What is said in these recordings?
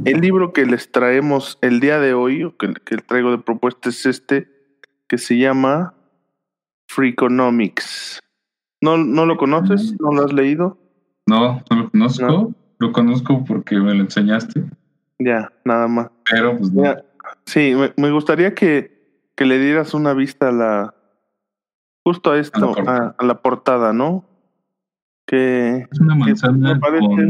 El libro que les traemos el día de hoy, o que traigo de propuesta, es este, que se llama Freakonomics. ¿No lo conoces? ¿No lo has leído? No lo conozco. No. Lo conozco porque me lo enseñaste. Ya, nada más. Pero pues no. Mira, sí, me gustaría que le dieras una vista justo a esto, a la portada, ¿no? Es una manzana me parece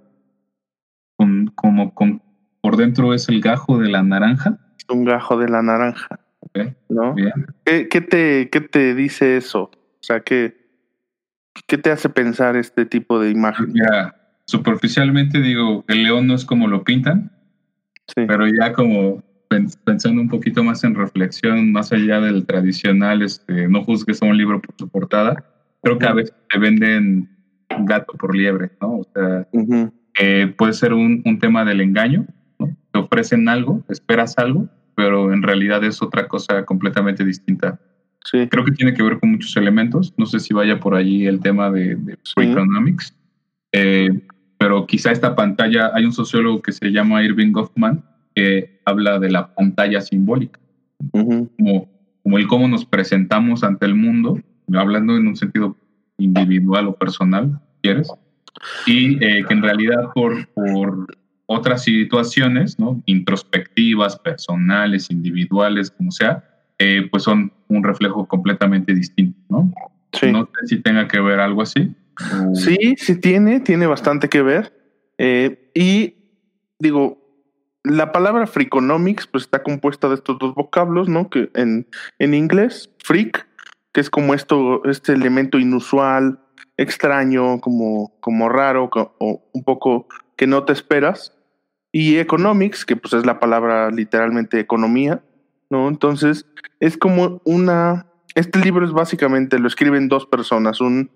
por dentro es el gajo de la naranja. un gajo de la naranja, Okay. ¿no? Bien. ¿Qué te dice eso? O sea, ¿qué te hace pensar este tipo de imagen? Ya, superficialmente digo, el león no es como lo pintan, sí. Pero ya como pensando un poquito más en reflexión, más allá del tradicional, no juzgues a un libro por su portada, creo que a veces te venden gato por liebre, ¿no? O sea, puede ser un tema del engaño, ¿no? Te ofrecen algo, esperas algo, pero en realidad es otra cosa completamente distinta. Sí. Creo que tiene que ver con muchos elementos. No sé si vaya por allí el tema de Freakonomics. Pero quizá esta pantalla, hay un sociólogo que se llama Irving Goffman que habla de la pantalla simbólica, como el cómo nos presentamos ante el mundo, hablando en un sentido individual o personal, ¿quieres? Y que en realidad por otras situaciones, ¿no? Introspectivas, personales, individuales, como sea, pues son un reflejo completamente distinto, ¿no? Sí. No sé si tenga que ver algo así. Sí, tiene bastante que ver. Y digo, la palabra freakonomics pues está compuesta de estos dos vocablos, ¿no? Que en inglés, freak, que es como este elemento inusual, extraño, como raro, o un poco que no te esperas. Y economics, que pues es la palabra literalmente economía, ¿no? Entonces, es como este libro es básicamente, lo escriben dos personas, un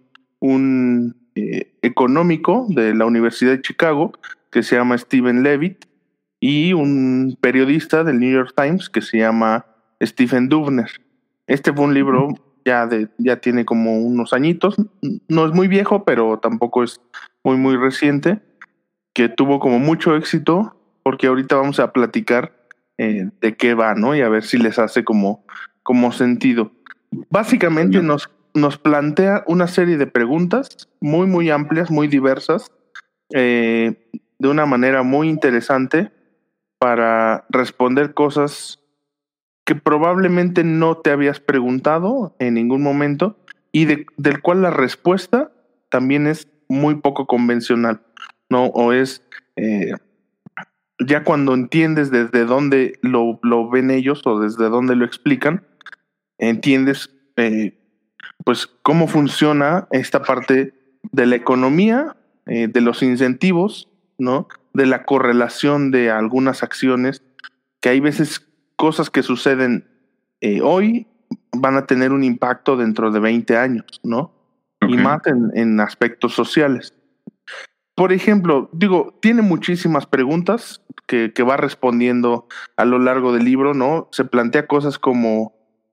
económico de la Universidad de Chicago, que se llama Steven Levitt, y un periodista del New York Times, que se llama Stephen Dubner. Este fue un libro ya tiene como unos añitos, no es muy viejo, pero tampoco es muy reciente, que tuvo como mucho éxito, porque ahorita vamos a platicar de qué va, ¿no? Y a ver si les hace como sentido. Básicamente nos plantea una serie de preguntas muy amplias, muy diversas, de una manera muy interesante para responder cosas que probablemente no te habías preguntado en ningún momento y del cual la respuesta también es muy poco convencional, ¿no? O es ya cuando entiendes desde dónde lo ven ellos o desde dónde lo explican, entiendes pues cómo funciona esta parte de la economía, de los incentivos, ¿no? De la correlación de algunas acciones, que hay veces cosas que suceden hoy van a tener un impacto dentro de 20 años, ¿no? Okay. Y más en aspectos sociales. Por ejemplo, tiene muchísimas preguntas que va respondiendo a lo largo del libro, ¿no? Se plantea cosas como,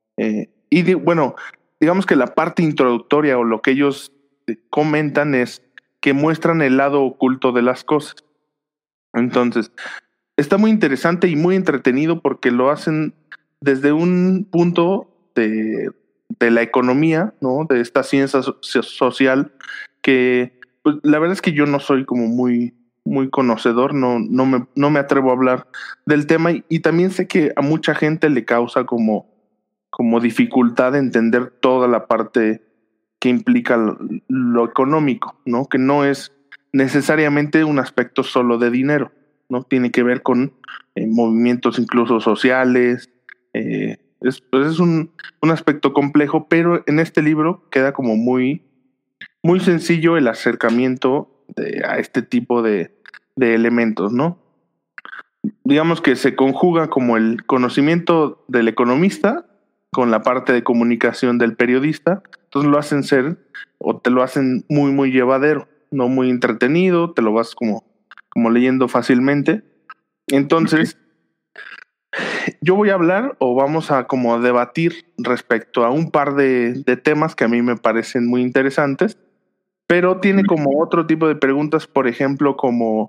digamos que la parte introductoria o lo que ellos comentan es que muestran el lado oculto de las cosas. Entonces, está muy interesante y muy entretenido porque lo hacen desde un punto de la economía, ¿no? De esta ciencia social que pues, la verdad es que yo no soy como muy conocedor, no me atrevo a hablar del tema y también sé que a mucha gente le causa como dificultad entender toda la parte que implica lo económico, ¿no? Que no es necesariamente un aspecto solo de dinero, ¿no? Tiene que ver con movimientos incluso sociales, es un aspecto complejo, pero en este libro queda como muy sencillo el acercamiento a este tipo de elementos, ¿no? Digamos que se conjuga como el conocimiento del economista con la parte de comunicación del periodista, entonces lo hacen te lo hacen muy llevadero, no muy entretenido, te lo vas como leyendo fácilmente. Entonces, yo voy a hablar o vamos a como debatir respecto a un par de temas que a mí me parecen muy interesantes, pero tiene como otro tipo de preguntas, por ejemplo, como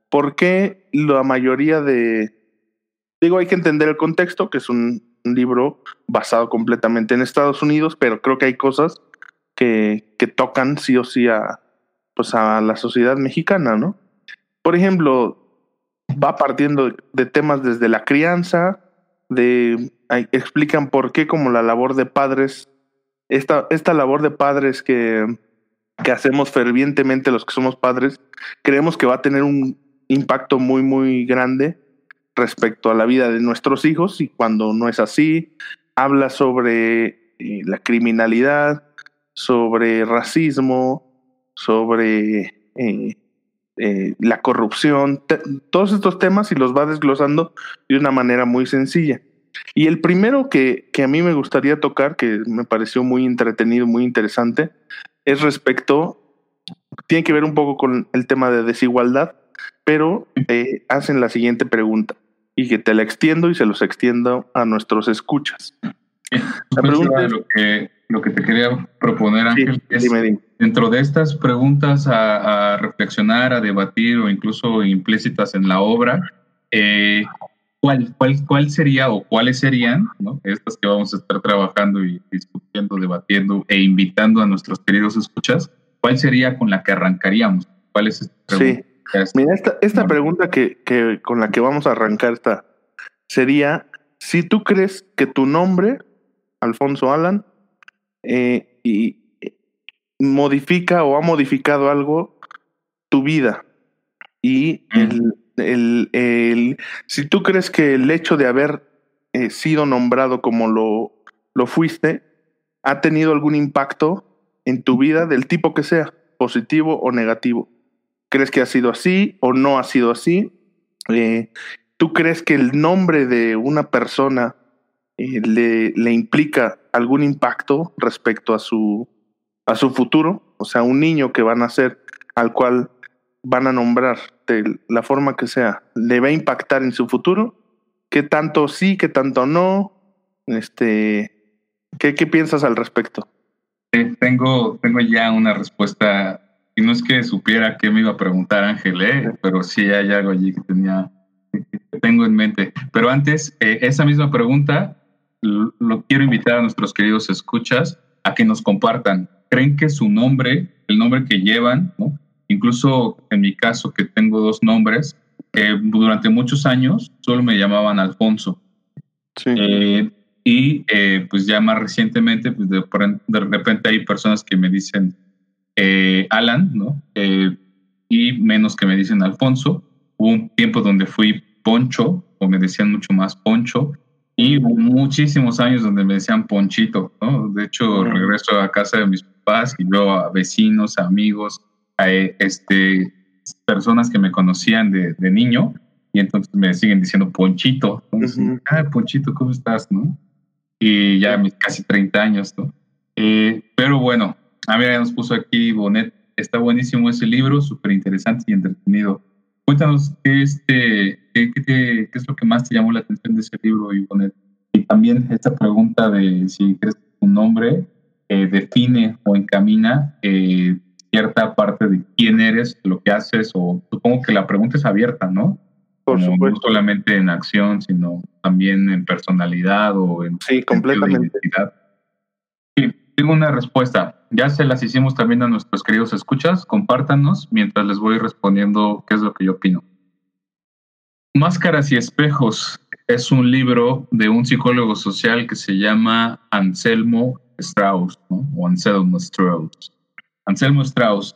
¿por qué la mayoría hay que entender el contexto, que es un libro basado completamente en Estados Unidos, pero creo que hay cosas que tocan sí o sí a la sociedad mexicana, ¿no? Por ejemplo, va partiendo de temas desde la crianza, explican por qué como la labor de padres, esta labor de padres que hacemos fervientemente los que somos padres, creemos que va a tener un impacto muy, muy grande respecto a la vida de nuestros hijos, y cuando no es así. Habla sobre la criminalidad, sobre racismo, sobre la corrupción, todos estos temas, y los va desglosando de una manera muy sencilla. Y el primero que a mí me gustaría tocar, que me pareció muy entretenido, muy interesante, es tiene que ver un poco con el tema de desigualdad, pero hacen la siguiente pregunta, y que te la extiendo y se los extiendo a nuestros escuchas. La pregunta es lo que te quería proponer, Ángel, es dime. Dentro de estas preguntas a reflexionar, a debatir o incluso implícitas en la obra, ¿cuál sería o cuáles serían, ¿no?, estas que vamos a estar trabajando y discutiendo, debatiendo e invitando a nuestros queridos escuchas? ¿Cuál sería con la que arrancaríamos? ¿Cuál es esta pregunta? Sí. Mira, esta pregunta que con la que vamos a arrancar sería: si tú crees que tu nombre, Alfonso Alan, y modifica o ha modificado algo tu vida, y si tú crees que el hecho de haber sido nombrado como lo fuiste ha tenido algún impacto en tu vida, del tipo que sea, positivo o negativo. ¿Crees que ha sido así o no ha sido así? ¿Tú crees que el nombre de una persona le implica algún impacto respecto a su futuro? O sea, un niño que va a nacer, al cual van a nombrar de la forma que sea, ¿le va a impactar en su futuro? ¿Qué tanto sí, qué tanto no? ¿Qué piensas al respecto? Tengo ya una respuesta, y no es que supiera qué me iba a preguntar, Ángel, pero sí hay algo allí que tengo en mente. Pero antes, esa misma pregunta lo quiero invitar a nuestros queridos escuchas a que nos compartan. ¿Creen que su nombre, el nombre que llevan, ¿no?, incluso en mi caso, que tengo dos nombres, durante muchos años solo me llamaban Alfonso? Sí. Pues ya más recientemente, pues de repente hay personas que me dicen Alan, ¿no? Y menos que me dicen Alfonso. Hubo un tiempo donde fui Poncho, o me decían mucho más Poncho, y hubo muchísimos años donde me decían Ponchito, ¿no? De hecho, regreso a casa de mis papás y veo a vecinos, amigos, a personas que me conocían de niño, y entonces me siguen diciendo Ponchito. Entonces, Ponchito, ¿cómo estás, no? Y ya mis casi 30 años, ¿no? Pero bueno, mira, ya nos puso aquí Bonet. Está buenísimo ese libro, súper interesante y entretenido. Cuéntanos qué es lo que más te llamó la atención de ese libro, Bonet. Y también esta pregunta de si crees que tu nombre define o encamina cierta parte de quién eres, lo que haces, o supongo que la pregunta es abierta, ¿no? Por supuesto. No solamente en acción, sino también en personalidad o en completamente. Identidad. Sí, tengo una respuesta. Ya se las hicimos también a nuestros queridos escuchas. Compártanos mientras les voy respondiendo qué es lo que yo opino. Máscaras y espejos es un libro de un psicólogo social que se llama Anselmo Strauss, ¿no? O Anselmo Strauss. Anselmo Strauss.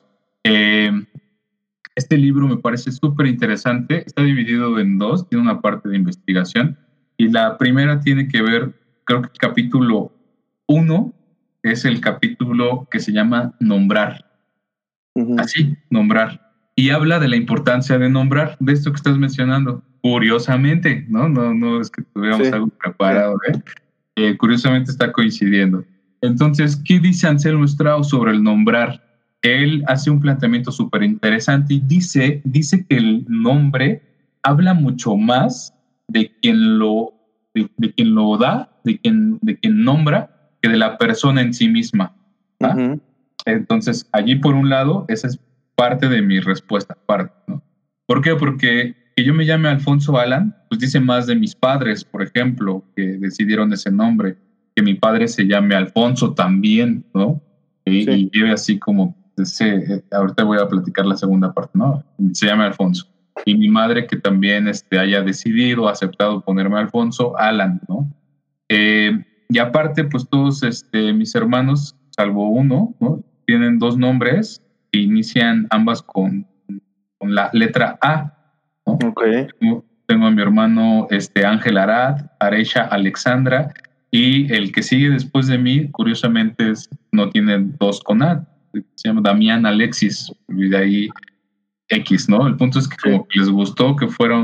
Este libro me parece súper interesante. Está dividido en dos. Tiene una parte de investigación. Y la primera tiene que ver, creo que el capítulo 1 es el capítulo que se llama Nombrar. Así, nombrar. Y habla de la importancia de nombrar, de esto que estás mencionando. Curiosamente, no es que tuviéramos algo preparado, curiosamente está coincidiendo. Entonces, ¿qué dice Anselmo Strauss sobre el nombrar? Él hace un planteamiento súper interesante y dice que el nombre habla mucho más de quien lo da, de quien nombra, que de la persona en sí misma. Entonces, allí por un lado, esa es parte de mi respuesta, ¿no? ¿Por qué? Porque que yo me llame Alfonso Alan, pues dice más de mis padres, por ejemplo, que decidieron ese nombre, que mi padre se llame Alfonso también, ¿no? Y lleve así como, ahorita voy a platicar la segunda parte, ¿no? Se llame Alfonso. Y mi madre que también haya decidido, aceptado ponerme Alfonso Alan, ¿no? Y aparte, pues todos mis hermanos, salvo uno, ¿no? Tienen 2 nombres que inician ambas con la letra A, ¿no? Okay. Tengo a mi hermano Ángel Arad, Arecha Alexandra, y el que sigue después de mí, curiosamente, no tiene 2 con A, se llama Damián Alexis, y de ahí X, ¿no? El punto es que como que les gustó que fuera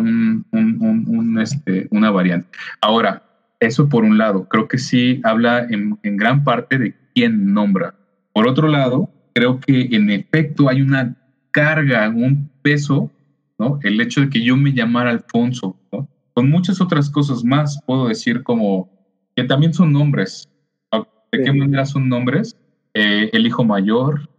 una variante. Ahora, eso por un lado, creo que sí habla en gran parte de quién nombra. Por otro lado, creo que en efecto hay una carga, un peso, ¿no? El hecho de que yo me llamara Alfonso, ¿no? Con muchas otras cosas más, puedo decir como que también son nombres. ¿De qué manera son nombres? El hijo mayor,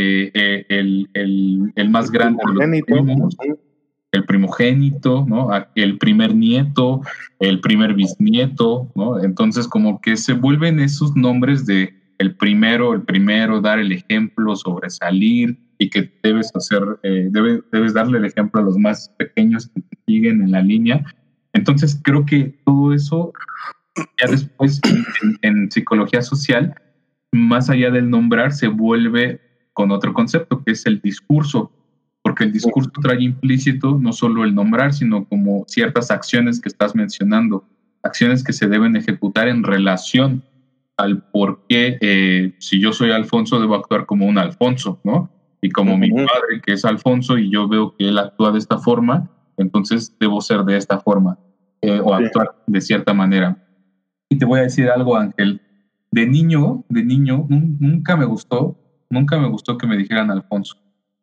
el más grande de los primos, el primogénito, ¿no? El primer nieto, el primer bisnieto, ¿no? Entonces como que se vuelven esos nombres de el primero, dar el ejemplo, sobresalir, y que debes debes darle el ejemplo a los más pequeños que te siguen en la línea. Entonces creo que todo eso ya después en psicología social, más allá del nombrar, se vuelve con otro concepto, que es el discurso, porque el discurso trae implícito no solo el nombrar, sino como ciertas acciones que estás mencionando, acciones que se deben ejecutar en relación al por qué, si yo soy Alfonso, debo actuar como un Alfonso, ¿no? Y como mi padre, que es Alfonso, y yo veo que él actúa de esta forma, entonces debo ser de esta forma, o actuar de cierta manera. Y te voy a decir algo, Ángel. De niño, nunca me gustó que me dijeran Alfonso.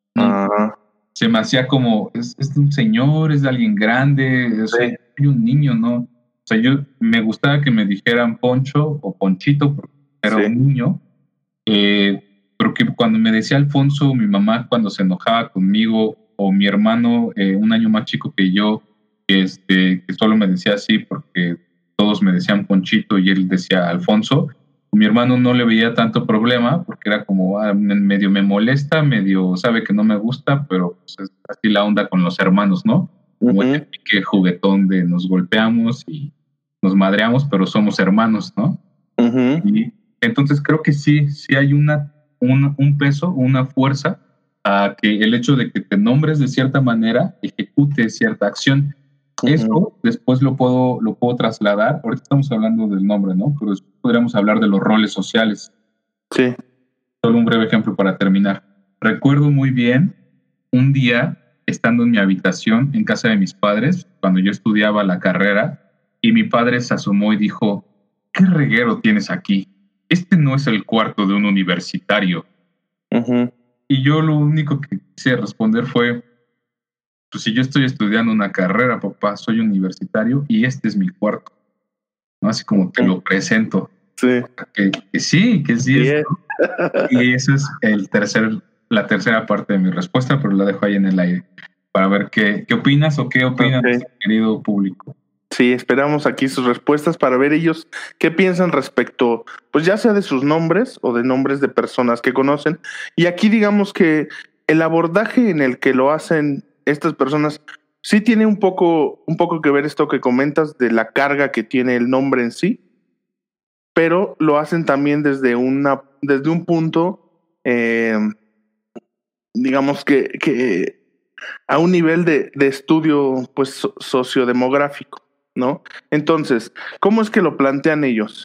Se me hacía como, es de un señor, es de alguien grande, soy un niño, ¿no? O sea, me gustaba que me dijeran Poncho o Ponchito, porque era un niño, pero que cuando me decía Alfonso, mi mamá cuando se enojaba conmigo, o mi hermano, un año más chico que yo, que solo me decía así porque todos me decían Ponchito y él decía Alfonso, mi hermano no le veía tanto problema porque era como medio me molesta, medio sabe que no me gusta, pero pues es así la onda con los hermanos, ¿no? Como ese pique juguetón de nos golpeamos y nos madreamos, pero somos hermanos, ¿no? Y entonces creo que sí hay un peso, una fuerza a que el hecho de que te nombres de cierta manera ejecute cierta acción. Eso después lo puedo trasladar. Ahorita estamos hablando del nombre, ¿no? Pero después podríamos hablar de los roles sociales. Sí. Solo un breve ejemplo para terminar. Recuerdo muy bien un día estando en mi habitación en casa de mis padres, cuando yo estudiaba la carrera, y mi padre se asomó y dijo, ¿qué reguero tienes aquí? Este no es el cuarto de un universitario. Y yo lo único que quise responder fue, pues si yo estoy estudiando una carrera, papá, soy universitario y este es mi cuarto, ¿no? Así como te lo presento. Sí. Que sí es. ¿No? Y esa es la tercera parte de mi respuesta, pero la dejo ahí en el aire para ver qué opinas o qué opinas, querido público. Sí, esperamos aquí sus respuestas para ver ellos qué piensan respecto, pues ya sea de sus nombres o de nombres de personas que conocen. Y aquí digamos que el abordaje en el que lo hacen estas personas sí tiene un poco que ver esto que comentas de la carga que tiene el nombre en sí, pero lo hacen también desde un punto, digamos que a un nivel de estudio pues sociodemográfico, ¿no? Entonces, ¿cómo es que lo plantean ellos?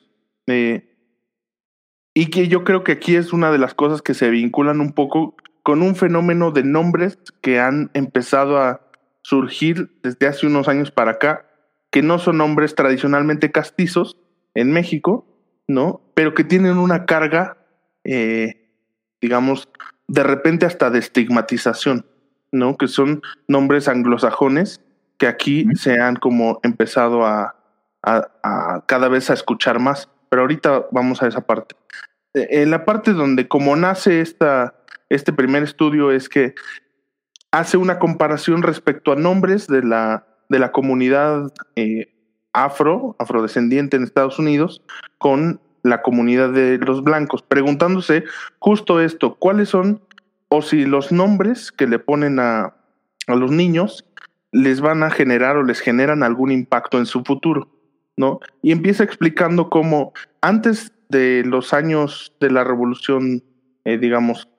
Y que yo creo que aquí es una de las cosas que se vinculan un poco con un fenómeno de nombres que han empezado a surgir desde hace unos años para acá, que no son nombres tradicionalmente castizos en México, ¿no? Pero que tienen una carga, digamos, de repente hasta de estigmatización, ¿no? Que son nombres anglosajones que aquí se han como empezado a cada vez a escuchar más. Pero ahorita vamos a esa parte. En la parte donde como nace este primer estudio es que hace una comparación respecto a nombres de la comunidad afrodescendiente en Estados Unidos con la comunidad de los blancos, preguntándose justo esto, cuáles son, o si los nombres que le ponen a los niños les van a generar o les generan algún impacto en su futuro, ¿no? Y empieza explicando cómo antes de los años de la revolución, digamos,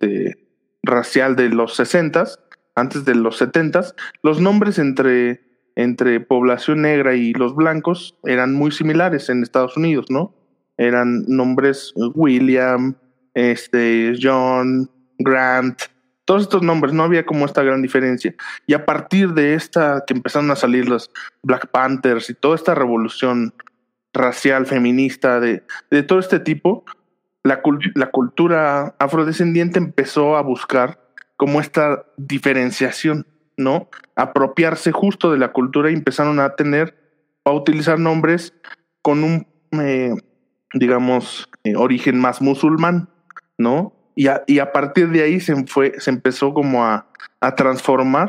racial de los 60s, antes de los 70s, los nombres entre población negra y los blancos eran muy similares en Estados Unidos, ¿no? Eran nombres William, John, Grant, todos estos nombres, no había como esta gran diferencia. Y a partir de esta que empezaron a salir los Black Panthers y toda esta revolución racial, feminista, de todo este tipo, la cultura afrodescendiente empezó a buscar como esta diferenciación, ¿no? Apropiarse justo de la cultura y empezaron a utilizar nombres con un, digamos, origen más musulmán, ¿no? Y a partir de ahí se empezó como a transformar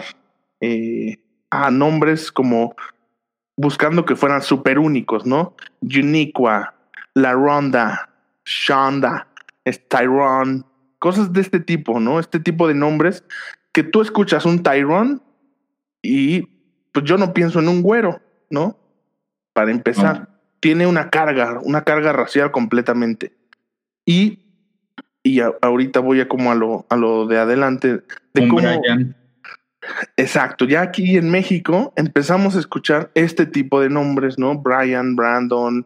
a nombres como buscando que fueran súper únicos, ¿no? Uniqua, La Ronda, Shonda, Tyrone, cosas de este tipo, ¿no? Este tipo de nombres que tú escuchas un Tyrone y pues yo no pienso en un güero, ¿no? Para empezar, tiene una carga racial completamente. Y ahorita voy a como a lo de adelante. De cómo, Brian. Exacto, ya aquí en México empezamos a escuchar este tipo de nombres, ¿no? Brian, Brandon,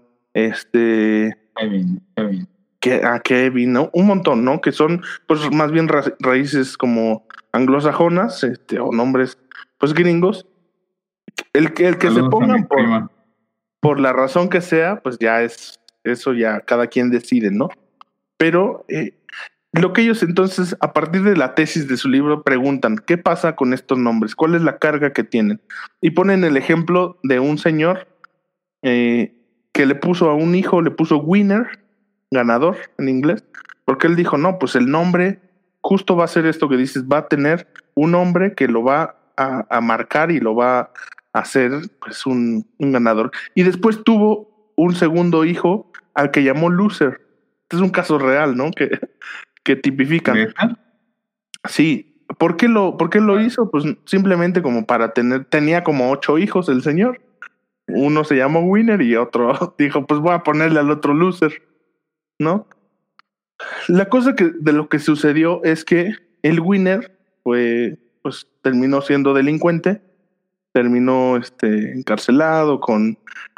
Kevin. Kevin, ¿no? Un montón, ¿no? Que son, pues, más bien raíces como anglosajonas, o nombres, pues, gringos. El que se pongan por la razón que sea, pues ya eso ya cada quien decide, ¿no? Pero lo que ellos entonces, a partir de la tesis de su libro, preguntan, ¿qué pasa con estos nombres? ¿Cuál es la carga que tienen? Y ponen el ejemplo de un señor que le puso a un hijo, le puso winner, ganador en inglés, porque él dijo, no, pues el nombre justo va a ser esto que dices, va a tener un nombre que lo va a marcar y lo va a hacer pues un ganador. Y después tuvo un segundo hijo al que llamó loser. Este es un caso real, ¿no? Que tipifican. ¿Neta? Sí. ¿Por qué lo hizo? Pues simplemente como tenía como 8 hijos el señor. Uno se llamó Winner y otro dijo, pues voy a ponerle al otro loser, ¿no? La cosa de lo que sucedió es que el Winner pues terminó siendo delincuente, terminó encarcelado con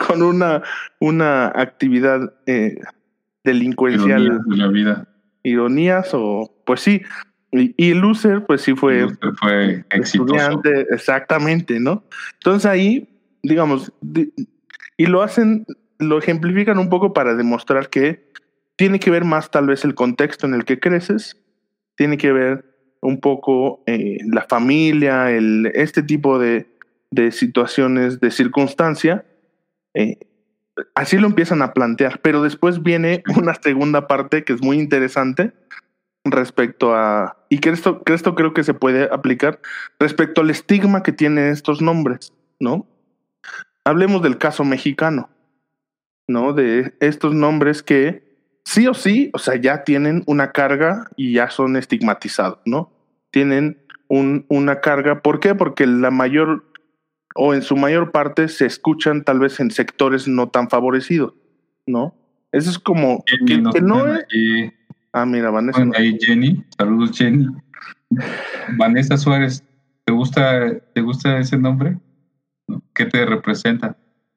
una actividad delincuencial. Ironías de la vida. Ironías o pues sí. Y el loser pues sí fue exitoso. Estudiante, exactamente, ¿no? Entonces ahí, digamos, y lo ejemplifican un poco para demostrar que tiene que ver más tal vez el contexto en el que creces, tiene que ver un poco la familia, este tipo de situaciones, de circunstancia, así lo empiezan a plantear, pero después viene una segunda parte que es muy interesante respecto a, y que esto creo que se puede aplicar respecto al estigma que tienen estos nombres, ¿no? Hablemos del caso mexicano, ¿no? De estos nombres que sí o sí, o sea, ya tienen una carga y ya son estigmatizados, ¿no? Tienen una carga. ¿Por qué? Porque en su mayor parte se escuchan tal vez en sectores no tan favorecidos, ¿no? Eso es como que no es... mira, Vanessa. Bueno, ahí Jenny, saludos Jenny. Vanessa Suárez, ¿te gusta ese nombre? ¿Qué te representa?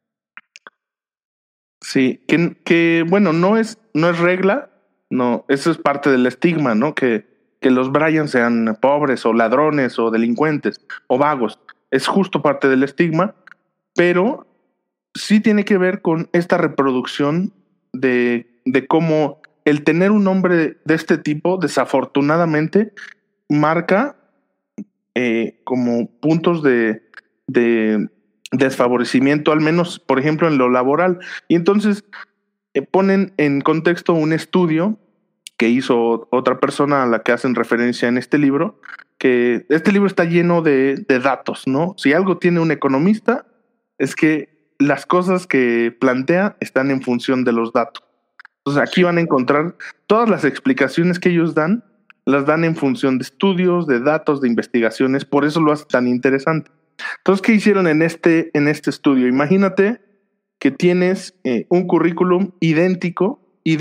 Sí, que bueno, no es regla, no, eso es parte del estigma, ¿no? Que los Bryan sean pobres o ladrones o delincuentes o vagos, es justo parte del estigma, pero sí tiene que ver con esta reproducción de cómo el tener un nombre de este tipo, desafortunadamente, marca como puntos de desfavorecimiento, al menos, por ejemplo, en lo laboral. Y entonces ponen en contexto un estudio que hizo otra persona a la que hacen referencia en este libro, que este libro está lleno de datos, ¿no? Si algo tiene un economista, es que las cosas que plantea están en función de los datos. Entonces aquí van a encontrar todas las explicaciones que ellos dan, las dan en función de estudios, de datos, de investigaciones, por eso lo hace tan interesante. Entonces, ¿qué hicieron en este estudio? Imagínate que tienes un currículum idéntico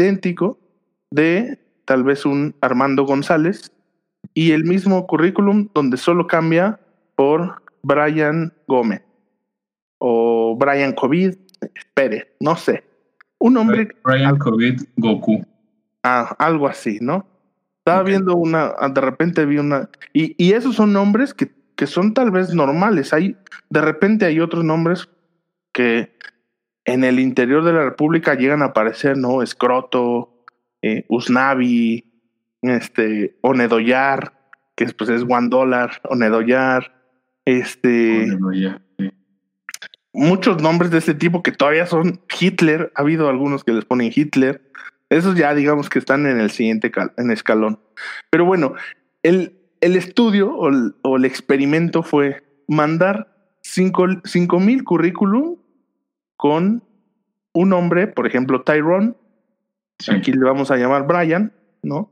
de tal vez un Armando González y el mismo currículum donde solo cambia por Brian Gómez o Brian COVID Pérez, no sé. Un hombre... Brian COVID Goku. Algo así, ¿no? Estaba viendo de repente vi una... Y esos son nombres que son tal vez normales. De repente hay otros nombres que en el interior de la República llegan a aparecer, ¿no? Escroto, Usnavi, Onedoyar, que pues es $1, Onedoyar, Onedoyar, sí. Muchos nombres de este tipo que todavía son Hitler. Ha habido algunos que les ponen Hitler. Esos ya digamos que están en el siguiente escalón. Pero bueno, el estudio o el experimento fue mandar 5,000 currículum con un nombre, por ejemplo, Tyrone. Sí. Aquí le vamos a llamar Brian, ¿no?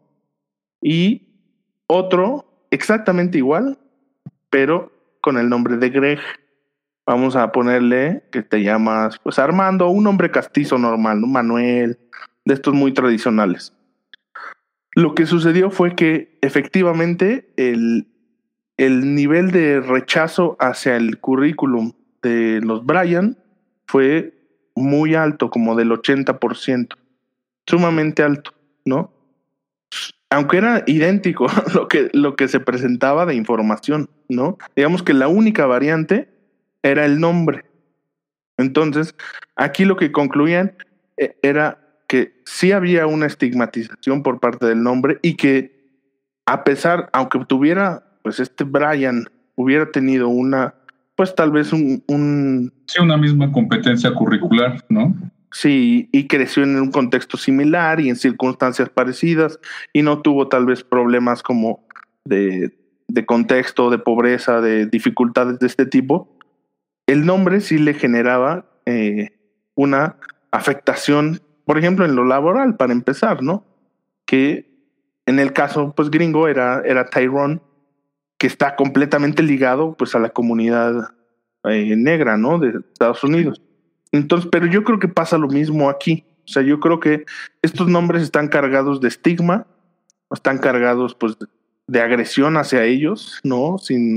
Y otro exactamente igual, pero con el nombre de Greg. Vamos a ponerle que te llamas, pues Armando, un nombre castizo normal, ¿no? Manuel, de estos muy tradicionales. Lo que sucedió fue que efectivamente el nivel de rechazo hacia el currículum de los Brian fue muy alto, como del 80%, sumamente alto, ¿no? Aunque era idéntico lo que se presentaba de información, ¿no? Digamos que la única variante era el nombre. Entonces, aquí lo que concluían era que sí había una estigmatización por parte del nombre y que a pesar, aunque tuviera, pues Brian hubiera tenido pues tal vez Sí, una misma competencia curricular, ¿no? Sí, y creció en un contexto similar y en circunstancias parecidas y no tuvo tal vez problemas como de contexto, de pobreza, de dificultades de este tipo. El nombre sí le generaba una afectación, por ejemplo, en lo laboral, para empezar, ¿no? Que en el caso, pues, gringo era Tyrone, que está completamente ligado, pues, a la comunidad negra, ¿no? De Estados Unidos. Entonces, pero yo creo que pasa lo mismo aquí. O sea, yo creo que estos nombres están cargados de estigma, están cargados, pues, de agresión hacia ellos, ¿no?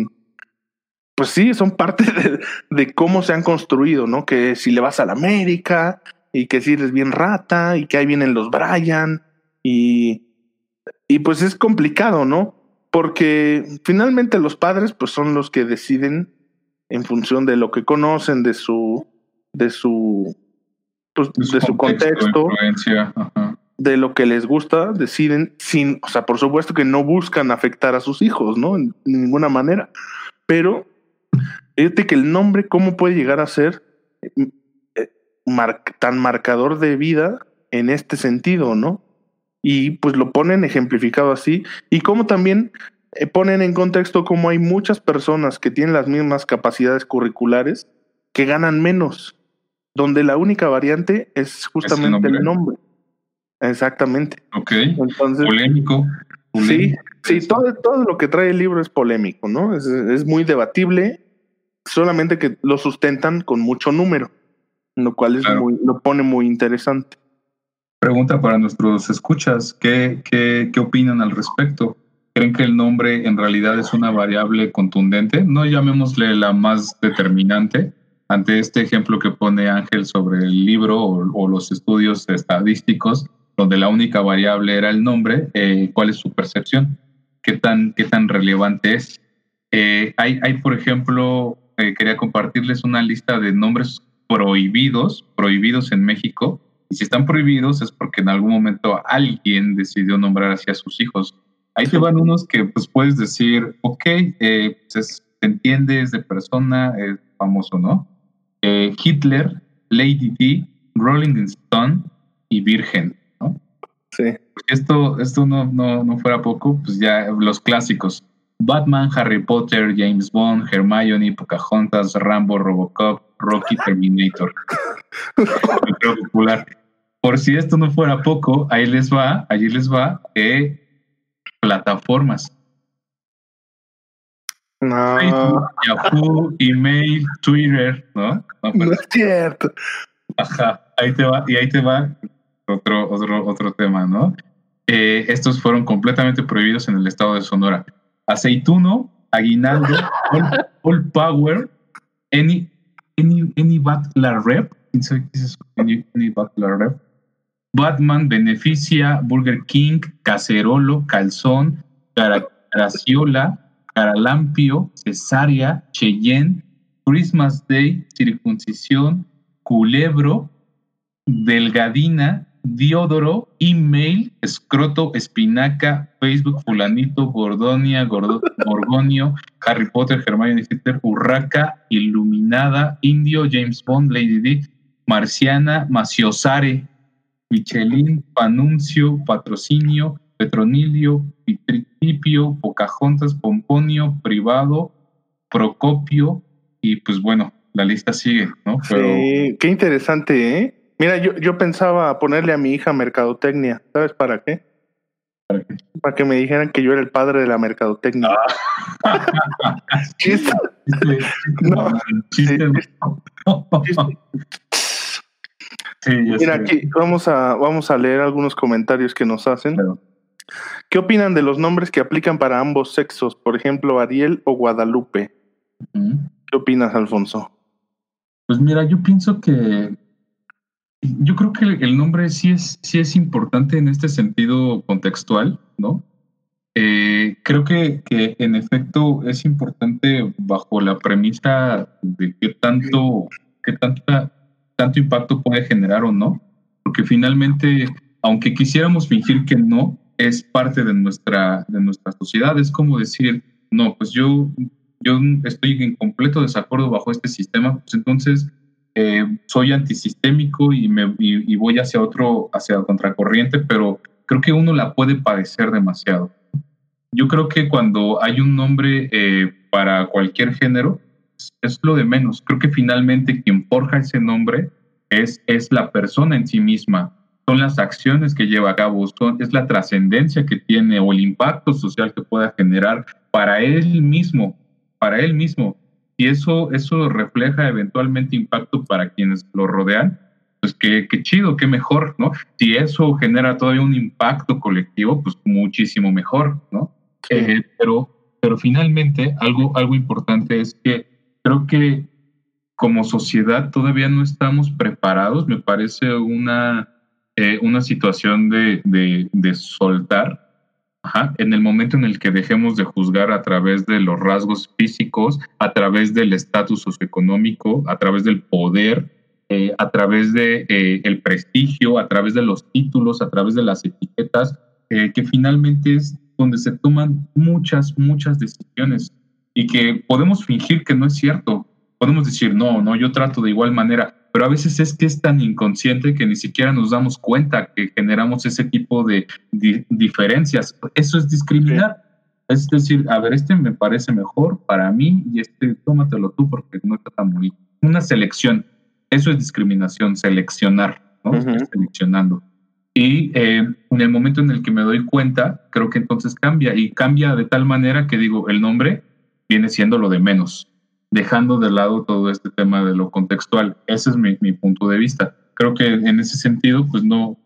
Pues sí, son parte de cómo se han construido, ¿no? Que si le vas a la América y que si eres bien rata y que ahí vienen los Brian y pues es complicado, ¿no? Porque finalmente los padres pues son los que deciden en función de lo que conocen, de su contexto, de lo que les gusta, deciden o sea, por supuesto que no buscan afectar a sus hijos, ¿no? En ninguna manera, pero fíjate que el nombre, ¿cómo puede llegar a ser tan marcador de vida en este sentido, ¿no? Y pues lo ponen ejemplificado así, y como también ponen en contexto cómo hay muchas personas que tienen las mismas capacidades curriculares que ganan menos, donde la única variante es justamente el nombre. Exactamente. Ok. Entonces, polémico. Sí, todo lo que trae el libro es polémico, ¿no? Es muy debatible, solamente que lo sustentan con mucho número, lo cual lo pone muy interesante. Pregunta para nuestros escuchas, ¿qué opinan al respecto? ¿Creen que el nombre en realidad es una variable contundente? No llamémosle la más determinante. Ante este ejemplo que pone Ángel sobre el libro o los estudios estadísticos, donde la única variable era el nombre, ¿cuál es su percepción? ¿Qué tan relevante es? Hay, por ejemplo, quería compartirles una lista de nombres prohibidos en México. Y si están prohibidos es porque en algún momento alguien decidió nombrar así a sus hijos. Ahí te van unos que pues puedes decir, ok, pues se entiende, es de persona, es famoso, ¿no? Hitler, Lady D, Rolling Stone y Virgen, ¿no? Sí. esto no fuera poco, pues ya los clásicos. Batman, Harry Potter, James Bond, Hermione, Pocahontas, Rambo, Robocop, Rocky, Terminator. Popular. Por si esto no fuera poco, allí les va, plataformas. No. Facebook, Yahoo, email, Twitter, ¿no? No es cierto. Ajá, ahí te va otro tema, ¿no? Estos fueron completamente prohibidos en el estado de Sonora. Aceituno, Aguinaldo, All Power, Any Butler Rep, Any Butler Rep, Batman, Beneficia, Burger King, Cacerolo, Calzón, Graciola, Caralampio, Cesárea, Cheyenne, Christmas Day, Circuncisión, Culebro, Delgadina, Diodoro, Email, Escroto, Espinaca, Facebook, Fulanito, Gordonia, Gorgonio, Harry Potter, Hermione Potter, Urraca, Iluminada, Indio, James Bond, Lady D, Marciana, Maciosare, Michelin, Panuncio, Patrocinio, Petronilio, Pitripio, Pocahontas, Pomponio, Privado, Procopio, y pues bueno, la lista sigue, ¿no? Pero... Sí, qué interesante, ¿eh? Mira, yo pensaba ponerle a mi hija mercadotecnia. ¿Sabes para qué? ¿Para qué? Para que me dijeran que yo era el padre de la mercadotecnia. ¿Chiste? No. Chiste. Sí, mira, aquí vamos a leer algunos comentarios que nos hacen. Claro. ¿Qué opinan de los nombres que aplican para ambos sexos? Por ejemplo, Ariel o Guadalupe. ¿Qué opinas, Alfonso? Pues mira, yo pienso que yo creo que el nombre sí es importante en este sentido contextual, ¿no? Creo que en efecto es importante bajo la premisa de qué tanto impacto puede generar o no, porque finalmente, aunque quisiéramos fingir que no, es parte de nuestra sociedad. Es como decir, no, pues yo estoy en completo desacuerdo bajo este sistema, pues entonces soy antisistémico y voy hacia contracorriente, pero creo que uno la puede padecer demasiado. Yo creo que cuando hay un nombre para cualquier género, es lo de menos. Creo que finalmente quien forja ese nombre es la persona en sí misma. Son las acciones que lleva a cabo, es la trascendencia que tiene o el impacto social que pueda generar para él mismo. Y eso refleja eventualmente impacto para quienes lo rodean, pues qué chido, qué mejor, ¿no? Si eso genera todavía un impacto colectivo, pues muchísimo mejor, ¿no? Sí. Pero finalmente algo importante es que creo que como sociedad todavía no estamos preparados. Me parece una situación de soltar. En el momento en el que dejemos de juzgar a través de los rasgos físicos, a través del estatus socioeconómico, a través del poder, a través de el prestigio, a través de los títulos, a través de las etiquetas, que finalmente es donde se toman muchas decisiones y que podemos fingir que no es cierto. Podemos decir, no, yo trato de igual manera, pero a veces es que es tan inconsciente que ni siquiera nos damos cuenta que generamos ese tipo de diferencias. Eso es discriminar. Sí. Es decir, a ver, este me parece mejor para mí y tómatelo tú porque no está tan bonito. Una selección. Eso es discriminación, seleccionar, ¿no? Estoy seleccionando. Y en el momento en el que me doy cuenta, creo que entonces cambia de tal manera que digo, el nombre viene siendo lo de menos, dejando de lado todo este tema de lo contextual. Ese es mi punto de vista. Creo que en ese sentido, pues no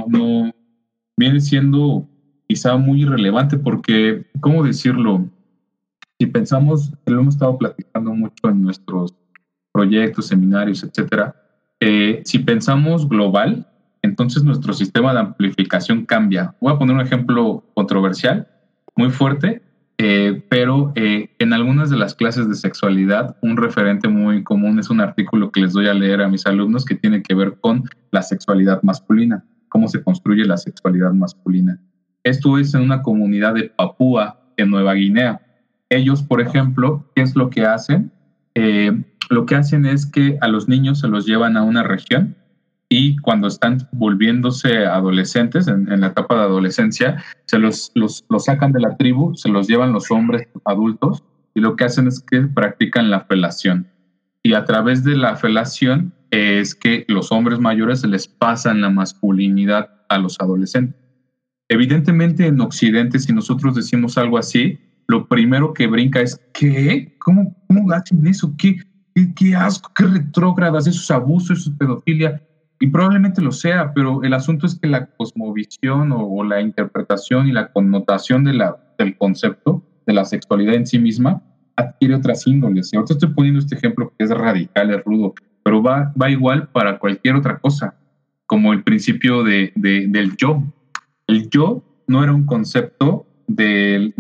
viene siendo quizá muy irrelevante porque, ¿cómo decirlo? Si pensamos, lo hemos estado platicando mucho en nuestros proyectos, seminarios, etcétera. Si pensamos global, entonces nuestro sistema de amplificación cambia. Voy a poner un ejemplo controversial, muy fuerte, pero en algunas de las clases de sexualidad, un referente muy común es un artículo que les doy a leer a mis alumnos que tiene que ver con la sexualidad masculina, cómo se construye la sexualidad masculina. Esto es en una comunidad de Papúa, en Nueva Guinea. Ellos, por ejemplo, ¿qué es lo que hacen? Lo que hacen es que a los niños se los llevan a una región y cuando están volviéndose adolescentes, en la etapa de adolescencia, se los sacan de la tribu, se los llevan los hombres adultos y lo que hacen es que practican la felación. Y a través de la felación es que los hombres mayores se les pasan la masculinidad a los adolescentes. Evidentemente en Occidente, si nosotros decimos algo así, lo primero que brinca es ¿qué? ¿Cómo hacen eso? ¿Qué asco? ¿Qué retrógradas? Eso es abuso, eso es pedofilia. Y probablemente lo sea, pero el asunto es que la cosmovisión o la interpretación y la connotación del concepto de la sexualidad en sí misma adquiere otras índoles. Y ahorita estoy poniendo este ejemplo que es radical, es rudo, pero va igual para cualquier otra cosa, como el principio del yo. El yo no era un concepto del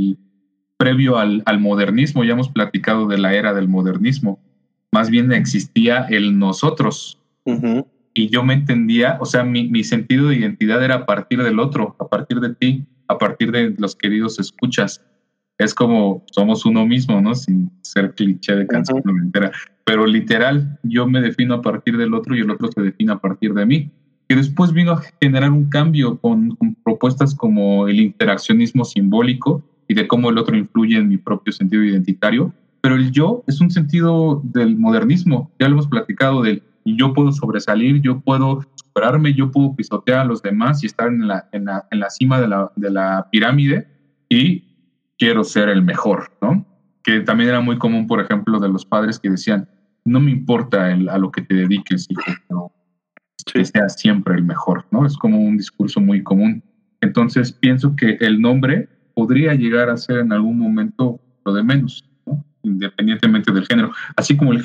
previo al modernismo, ya hemos platicado de la era del modernismo, más bien existía el nosotros. Uh-huh. Y yo me entendía, o sea, mi sentido de identidad era a partir del otro, a partir de ti, a partir de los queridos escuchas. Es como somos uno mismo, ¿no? Sin ser cliché de canción noventera. Pero literal, yo me defino a partir del otro y el otro se define a partir de mí. Que después vino a generar un cambio con propuestas como el interaccionismo simbólico y de cómo el otro influye en mi propio sentido identitario. Pero el yo es un sentido del modernismo. Ya lo hemos platicado del yo puedo sobresalir, yo puedo superarme, yo puedo pisotear a los demás y estar en la cima de la pirámide y quiero ser el mejor, ¿no? Que también era muy común, por ejemplo, de los padres que decían, no me importa a lo que te dediques, hijo, pero que seas siempre el mejor, ¿no? Es como un discurso muy común. Entonces pienso que el nombre podría llegar a ser en algún momento lo de menos, ¿no? Independientemente del género. Así como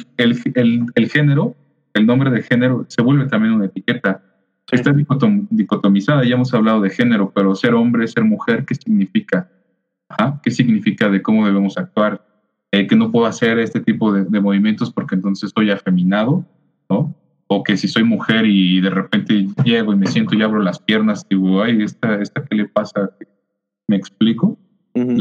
el género, el nombre de género se vuelve también una etiqueta. Sí. Está dicotomizada, ya hemos hablado de género, pero ser hombre, ser mujer, ¿qué significa? ¿Qué significa de cómo debemos actuar? Que no puedo hacer este tipo de movimientos porque entonces soy afeminado, ¿no? O que si soy mujer y de repente llego y me siento y abro las piernas, digo, ay, ¿esta qué le pasa? ¿Me explico? Uh-huh.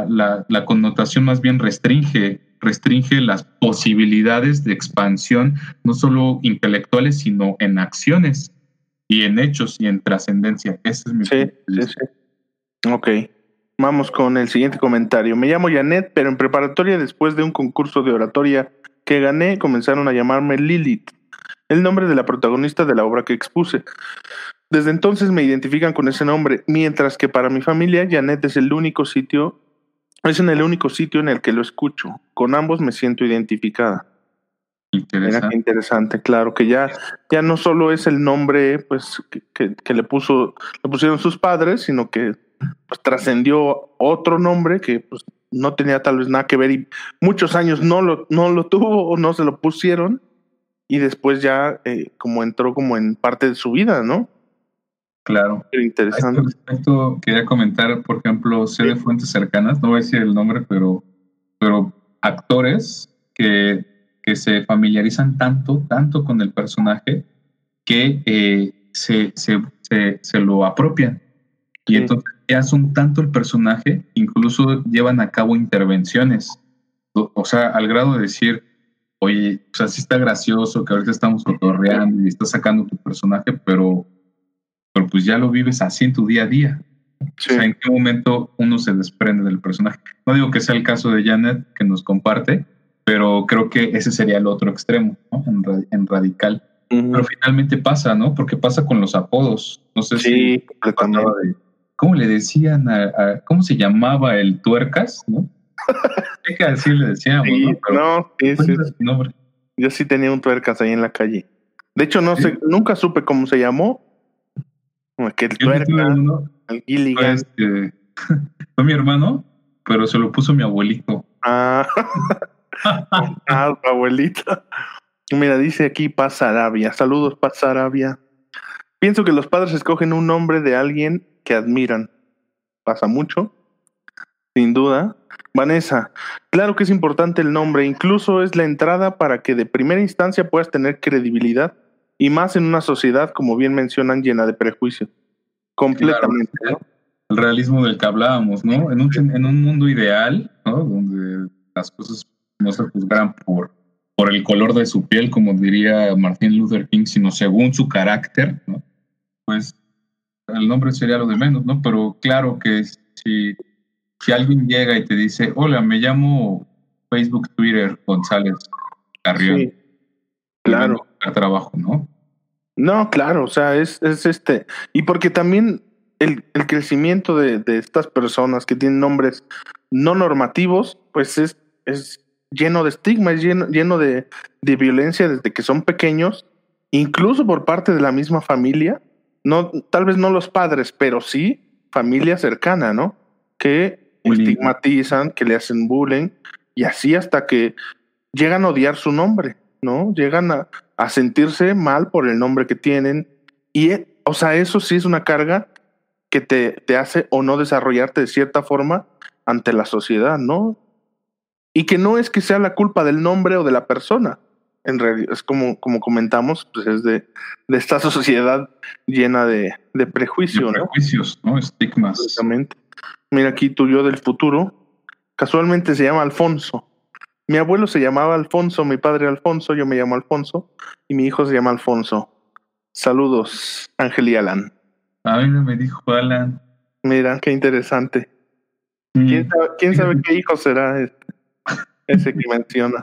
La connotación más bien restringe las posibilidades de expansión, no solo intelectuales, sino en acciones y en hechos y en trascendencia. Ese es mi punto de vista. Sí. Ok. Vamos con el siguiente comentario. Me llamo Janet, pero en preparatoria, después de un concurso de oratoria que gané, comenzaron a llamarme Lilith, el nombre de la protagonista de la obra que expuse. Desde entonces me identifican con ese nombre, mientras que para mi familia, Janet es en el único sitio en el que lo escucho. Con ambos me siento identificada. Mira qué interesante, claro, que ya no solo es el nombre pues que le pusieron sus padres, sino que pues trascendió otro nombre que pues no tenía tal vez nada que ver y muchos años no lo tuvo o no se lo pusieron y después ya como entró como en parte de su vida, ¿no? Claro. Qué interesante. A este respecto quería comentar, por ejemplo, sé de fuentes cercanas, no voy a decir el nombre, pero actores que se familiarizan tanto con el personaje que se lo apropian. Y entonces ya son tanto el personaje, incluso llevan a cabo intervenciones. O sea, al grado de decir, oye, o sea, sí está gracioso que ahorita estamos cotorreando y estás sacando tu personaje, pero pues ya lo vives así en tu día a día. Sí. O sea, ¿en qué momento uno se desprende del personaje? No digo que sea el caso de Janet, que nos comparte, pero creo que ese sería el otro extremo, ¿no? En radical. Uh-huh. Pero finalmente pasa, ¿no? Porque pasa con los apodos. No sé si... ¿Cómo le decían cómo se llamaba el tuercas, no? ¿Qué que decir le decíamos, sí, no? Pero, sí. Yo sí tenía un tuercas ahí en la calle. De hecho, no sé, nunca supe cómo se llamó. Que el tuercas, el Gilligan. Fue mi hermano, pero se lo puso mi abuelito. Tu abuelito. Mira, dice aquí Paz Sarabia. Saludos, Paz Sarabia. Pienso que los padres escogen un nombre de alguien que admiran. Pasa mucho, sin duda. Vanessa, claro que es importante el nombre, incluso es la entrada para que de primera instancia puedas tener credibilidad, y más en una sociedad, como bien mencionan, llena de prejuicios. Completamente. Claro, el realismo del que hablábamos, ¿no? En un mundo ideal, ¿no? Donde las cosas no se juzgaran por por el color de su piel, como diría Martin Luther King, sino según su carácter, ¿no? Pues el nombre sería lo de menos, ¿no? Pero claro que si alguien llega y te dice, hola, me llamo Facebook, Twitter, González Carrión, Sí, claro. y vengo a buscar trabajo, ¿no? No, claro, o sea, es y porque también el crecimiento de estas personas que tienen nombres no normativos, pues es lleno de estigma, es lleno de violencia desde que son pequeños, incluso por parte de la misma familia, no, tal vez no los padres, pero sí familia cercana, ¿no? Que Bullying. estigmatizan, que le hacen bullying, y así hasta que llegan a odiar su nombre, ¿no? Llegan a sentirse mal por el nombre que tienen. Y, o sea, eso sí es una carga que te hace o no desarrollarte de cierta forma ante la sociedad, ¿no? Y que no es que sea la culpa del nombre o de la persona. En realidad, es como comentamos, pues es de esta sociedad llena de prejuicio, de prejuicios, ¿no? Estigmas. Exactamente. Mira, aquí tu yo del futuro, casualmente se llama Alfonso. Mi abuelo se llamaba Alfonso, mi padre Alfonso, yo me llamo Alfonso y mi hijo se llama Alfonso. Saludos, Ángel y Alan. A mí no me dijo Alan. Mira, qué interesante. ¿Quién sabe qué hijo será ese que menciona?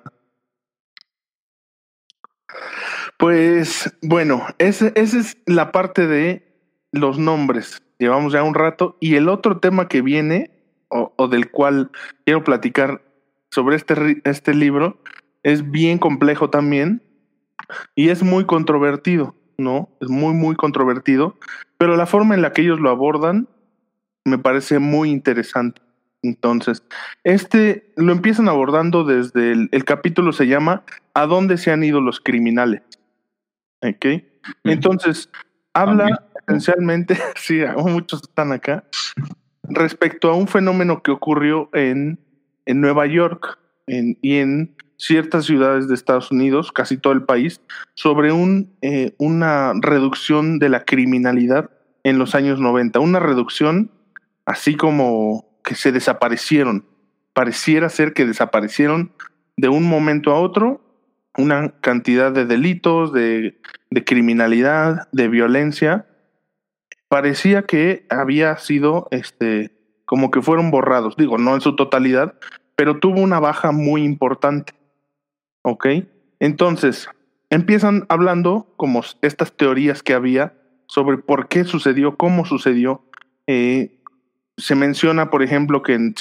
Pues bueno, esa es la parte de los nombres. Llevamos ya un rato y el otro tema que viene o del cual quiero platicar sobre este libro es bien complejo también y es muy controvertido, ¿no? Es muy, muy controvertido, pero la forma en la que ellos lo abordan me parece muy interesante. Entonces, lo empiezan abordando desde el capítulo se llama ¿A dónde se han ido los criminales? ¿Ok? Entonces, habla esencialmente, sí, muchos están acá, respecto a un fenómeno que ocurrió en Nueva York y en ciertas ciudades de Estados Unidos, casi todo el país, sobre una reducción de la criminalidad en los años 90. Una reducción así como que se desaparecieron. Pareciera ser que desaparecieron de un momento a otro una cantidad de delitos, de criminalidad, de violencia. Parecía que había sido, como que fueron borrados. Digo, no en su totalidad, pero tuvo una baja muy importante. ¿Ok? Entonces, empiezan hablando como estas teorías que había sobre por qué sucedió, cómo sucedió. Se menciona, por ejemplo, que en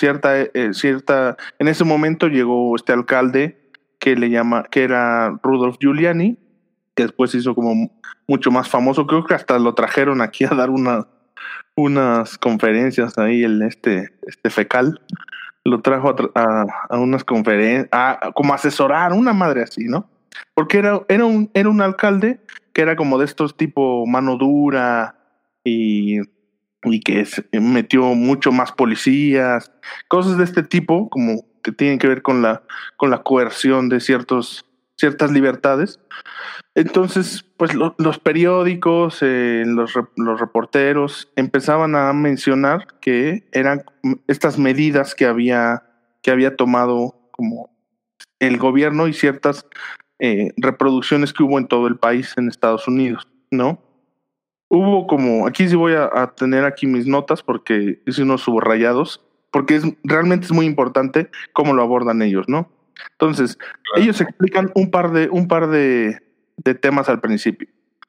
en ese momento llegó este alcalde que era Rudolph Giuliani, que después se hizo como mucho más famoso. Creo que hasta lo trajeron aquí a dar unas conferencias ahí, este fecal. Lo trajo a unas conferencias, como asesorar, una madre así, ¿no? Porque era un alcalde que era como de estos tipo mano dura y que metió mucho más policías, cosas de este tipo, como que tienen que ver con la coerción de ciertas libertades. Entonces, pues los periódicos, los reporteros empezaban a mencionar que eran estas medidas que había tomado como el gobierno y ciertas reproducciones que hubo en todo el país en Estados Unidos, ¿no? Hubo como, aquí sí voy a tener aquí mis notas porque hice unos subrayados, porque realmente es muy importante cómo lo abordan ellos, ¿no? Entonces, ellos explican un par de temas al principio.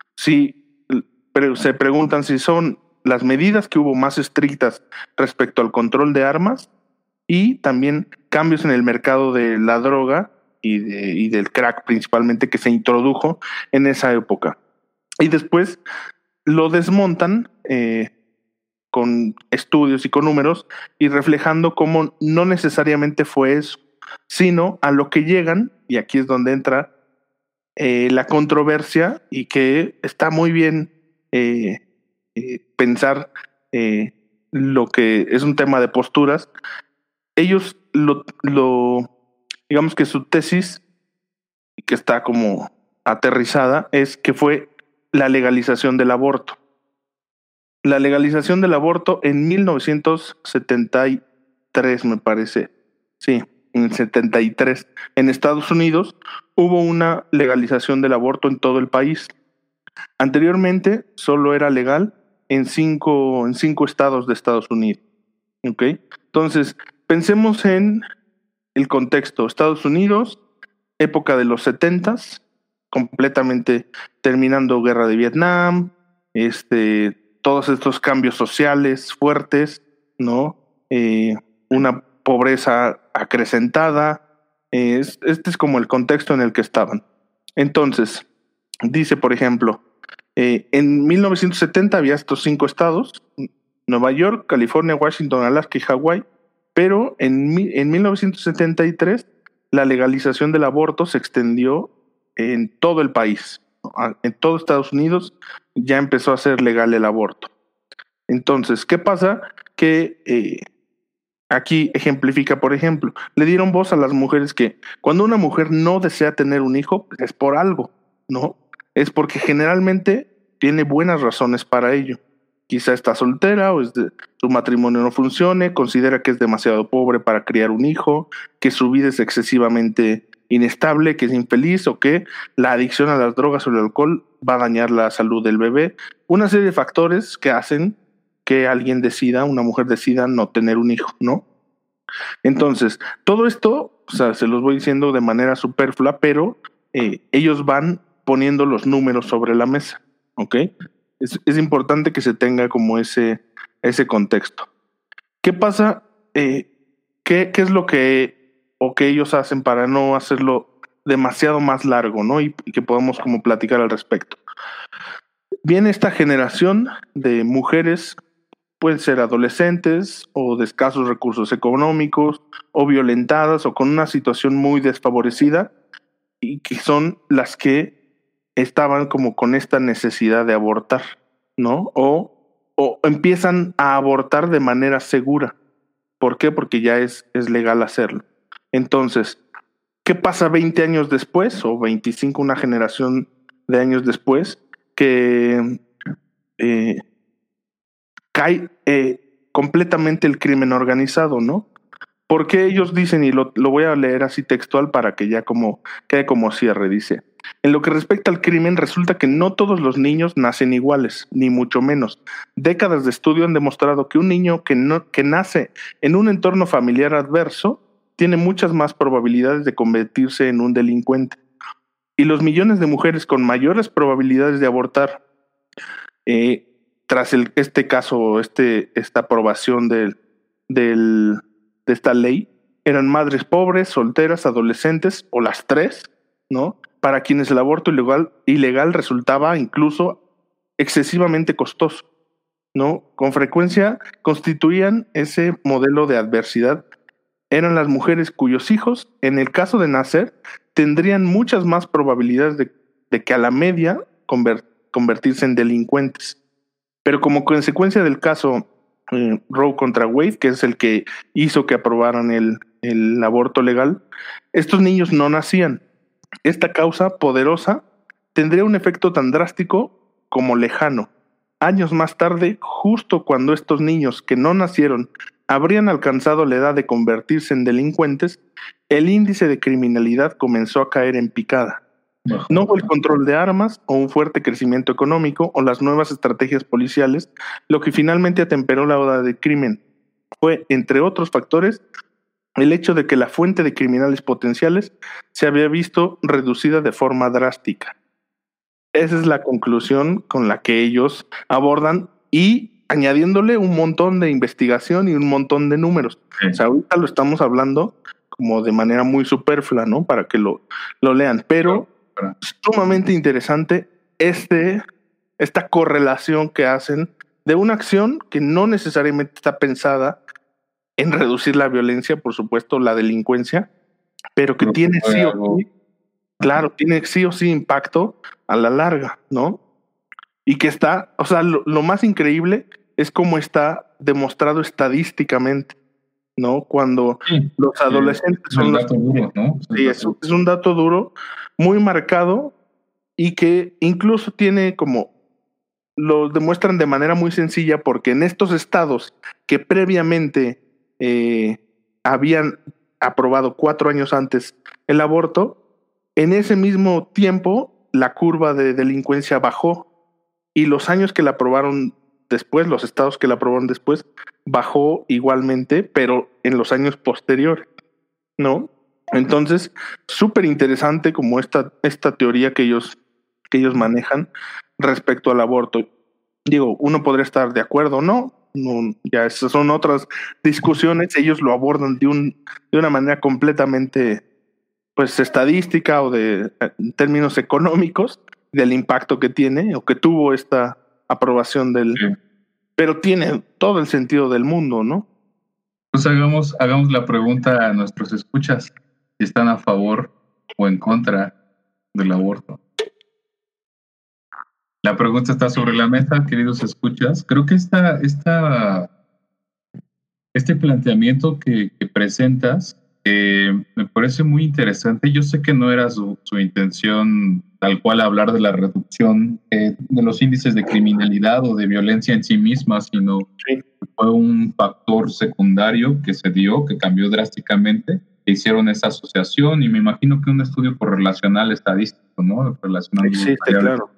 Pero se preguntan si son las medidas que hubo más estrictas respecto al control de armas y también cambios en el mercado de la droga y del crack principalmente que se introdujo en esa época. Y después lo desmontan con estudios y con números y reflejando cómo no necesariamente fue eso, sino a lo que llegan, y aquí es donde entra la controversia y que está muy bien pensar lo que es un tema de posturas. Ellos digamos que su tesis, que está como aterrizada, es que fue la legalización del aborto. La legalización del aborto en 1973, me parece. Sí, en el 73. En Estados Unidos hubo una legalización del aborto en todo el país. Anteriormente solo era legal en cinco estados de Estados Unidos. ¿Ok? Entonces, pensemos en el contexto. Estados Unidos, época de los 70s, completamente terminando guerra de Vietnam, todos estos cambios sociales fuertes, ¿no? Una pobreza acrecentada. Este es como el contexto en el que estaban. Entonces, dice, por ejemplo, en 1970 había estos 5 estados: Nueva York, California, Washington, Alaska y Hawái, pero en 1973 la legalización del aborto se extendió en todo el país. En todo Estados Unidos ya empezó a ser legal el aborto. Entonces, ¿qué pasa? Que aquí ejemplifica, por ejemplo, le dieron voz a las mujeres que cuando una mujer no desea tener un hijo, es por algo, ¿no? Es porque generalmente tiene buenas razones para ello. Quizá está soltera o su matrimonio no funcione, considera que es demasiado pobre para criar un hijo, que su vida es excesivamente inestable, que es infeliz o que la adicción a las drogas o el alcohol va a dañar la salud del bebé. Una serie de factores que hacen que alguien decida, una mujer decida no tener un hijo, ¿no? Entonces, todo esto, o sea, se los voy diciendo de manera superflua, pero ellos van poniendo los números sobre la mesa, ¿ok? Es importante que se tenga como ese contexto. ¿Qué pasa? ¿Qué es lo que ellos hacen para no hacerlo demasiado más largo, ¿no? Y que podamos como platicar al respecto. Viene esta generación de mujeres, pueden ser adolescentes o de escasos recursos económicos o violentadas o con una situación muy desfavorecida, y que son las que estaban como con esta necesidad de abortar, ¿no? O empiezan a abortar de manera segura. ¿Por qué? Porque ya es legal hacerlo. Entonces, ¿qué pasa 20 años después o 25, una generación de años después? Que cae completamente el crimen organizado, ¿no? Porque ellos dicen, y lo voy a leer así textual para que ya como quede como cierre, dice: en lo que respecta al crimen, resulta que no todos los niños nacen iguales, ni mucho menos. Décadas de estudio han demostrado que un niño que nace en un entorno familiar adverso tiene muchas más probabilidades de convertirse en un delincuente. Y los millones de mujeres con mayores probabilidades de abortar, tras este caso, esta aprobación de esta ley, eran madres pobres, solteras, adolescentes o las tres, ¿no? Para quienes el aborto ilegal resultaba incluso excesivamente costoso, ¿no? Con frecuencia constituían ese modelo de adversidad. Eran las mujeres cuyos hijos, en el caso de nacer, tendrían muchas más probabilidades de que a la media convertirse en delincuentes. Pero como consecuencia del caso Roe contra Wade, que es el que hizo que aprobaran el aborto legal, estos niños no nacían. Esta causa poderosa tendría un efecto tan drástico como lejano. Años más tarde, justo cuando estos niños que no nacieron habrían alcanzado la edad de convertirse en delincuentes, el índice de criminalidad comenzó a caer en picada. No hubo el control de armas o un fuerte crecimiento económico o las nuevas estrategias policiales, lo que finalmente atemperó la ola de crimen. Fue, entre otros factores, el hecho de que la fuente de criminales potenciales se había visto reducida de forma drástica. Esa es la conclusión con la que ellos abordan, y añadiéndole un montón de investigación y un montón de números. Sí. O sea, ahorita lo estamos hablando como de manera muy superflua, ¿no? Para que lo lean, pero sumamente interesante esta correlación que hacen de una acción que no necesariamente está pensada en reducir la violencia, por supuesto, la delincuencia, pero que tiene sí o sí, claro, tiene sí o sí impacto a la larga, ¿no? Y que está, o sea, lo más increíble es cómo está demostrado estadísticamente, ¿no? Cuando los adolescentes son los... Duro, ¿no? Sí, es un dato duro, muy marcado, y que incluso tiene como, lo demuestran de manera muy sencilla, porque en estos estados que previamente habían aprobado 4 años antes el aborto, en ese mismo tiempo la curva de delincuencia bajó y los años que la aprobaron después, los estados que la aprobaron después, bajó igualmente, pero en los años posteriores, ¿no? Entonces, súper interesante como esta teoría que ellos manejan respecto al aborto. Digo, uno podría estar de acuerdo o no, ya esas son otras discusiones, ellos lo abordan de una manera completamente pues estadística o en términos económicos del impacto que tiene o que tuvo esta aprobación pero tiene todo el sentido del mundo, ¿no? Pues hagamos la pregunta a nuestros escuchas, si están a favor o en contra del aborto. La pregunta está sobre la mesa, queridos escuchas. Creo que este planteamiento que presentas me parece muy interesante. Yo sé que no era su intención tal cual hablar de la reducción de los índices de criminalidad o de violencia en sí misma, sino que fue un factor secundario que se dio, que cambió drásticamente, que hicieron esa asociación, y me imagino que un estudio correlacional estadístico, ¿no? Existe, claro.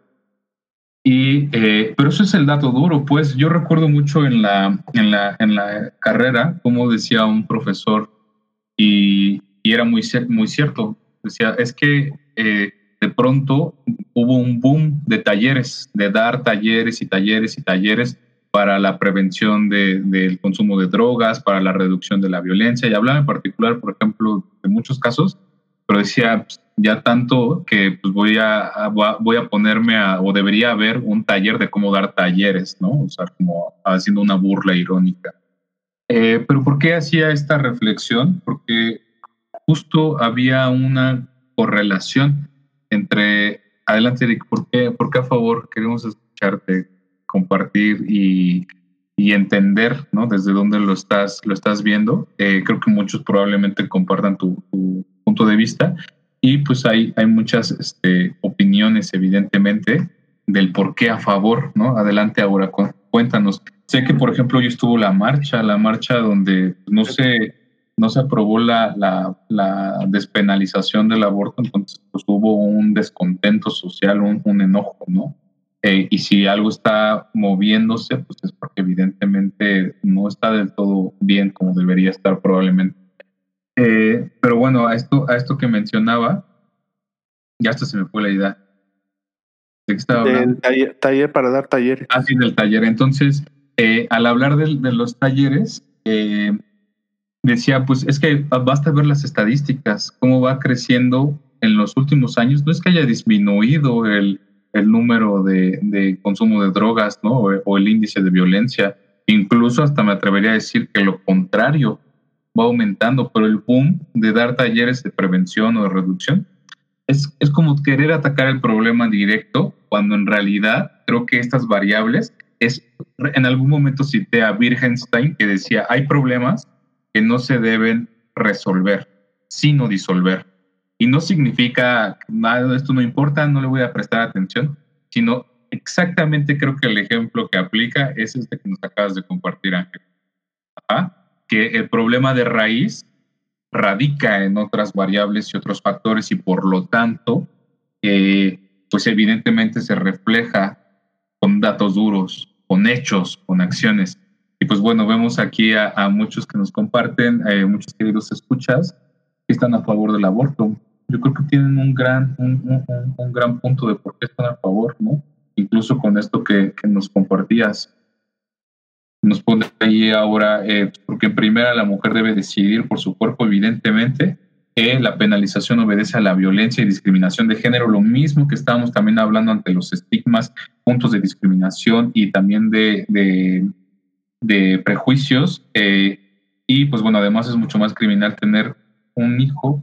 Pero eso es el dato duro, pues. Yo recuerdo mucho en la carrera, como decía un profesor, y era muy cierto. Decía, es que de pronto hubo un boom de talleres, de dar talleres y talleres y talleres para la prevención del consumo de drogas, para la reducción de la violencia, y hablaba en particular, por ejemplo, de muchos casos, pero decía, pues, ya tanto que pues voy a ponerme o debería haber un taller de cómo dar talleres, ¿no? O sea, como haciendo una burla irónica. Pero ¿por qué hacía esta reflexión? Porque justo había una correlación entre, adelante Eric, ¿por qué a favor? Queremos escucharte, compartir y entender, ¿no? Desde dónde lo estás viendo. Creo que muchos probablemente compartan tu punto de vista, y pues hay muchas opiniones, evidentemente, del por qué a favor, ¿no? Adelante ahora, cuéntanos. Sé que, por ejemplo, hoy estuvo la marcha donde no se aprobó la despenalización del aborto, entonces pues hubo un descontento social, un enojo, ¿no? Y si algo está moviéndose, pues es porque evidentemente no está del todo bien como debería estar probablemente. Pero bueno, a esto que mencionaba, ya hasta se me fue la idea. ¿De qué estaba hablando? Taller para dar talleres. Ah, sí, del taller. Entonces, al hablar de los talleres, decía, pues es que basta ver las estadísticas, cómo va creciendo en los últimos años. No es que haya disminuido el número de consumo de drogas, ¿no? O el índice de violencia. Incluso hasta me atrevería a decir que lo contrario, va aumentando, pero el boom de dar talleres de prevención o de reducción es como querer atacar el problema directo, cuando en realidad creo que estas variables en algún momento cité a Wittgenstein, que decía, hay problemas que no se deben resolver, sino disolver. Y no significa, nada, esto no importa, no le voy a prestar atención, sino exactamente creo que el ejemplo que aplica es este que nos acabas de compartir, Ángel. Que el problema de raíz radica en otras variables y otros factores, y por lo tanto, pues evidentemente se refleja con datos duros, con hechos, con acciones. Y pues bueno, vemos aquí a muchos que nos comparten, muchos queridos escuchas, que están a favor del aborto. Yo creo que tienen un gran punto de por qué están a favor, ¿no? Incluso con esto que nos compartías. Nos pone ahí ahora, porque en primera la mujer debe decidir por su cuerpo, evidentemente. La penalización obedece a la violencia y discriminación de género, lo mismo que estábamos también hablando ante los estigmas, puntos de discriminación y también de prejuicios. Y pues bueno, además es mucho más criminal tener un hijo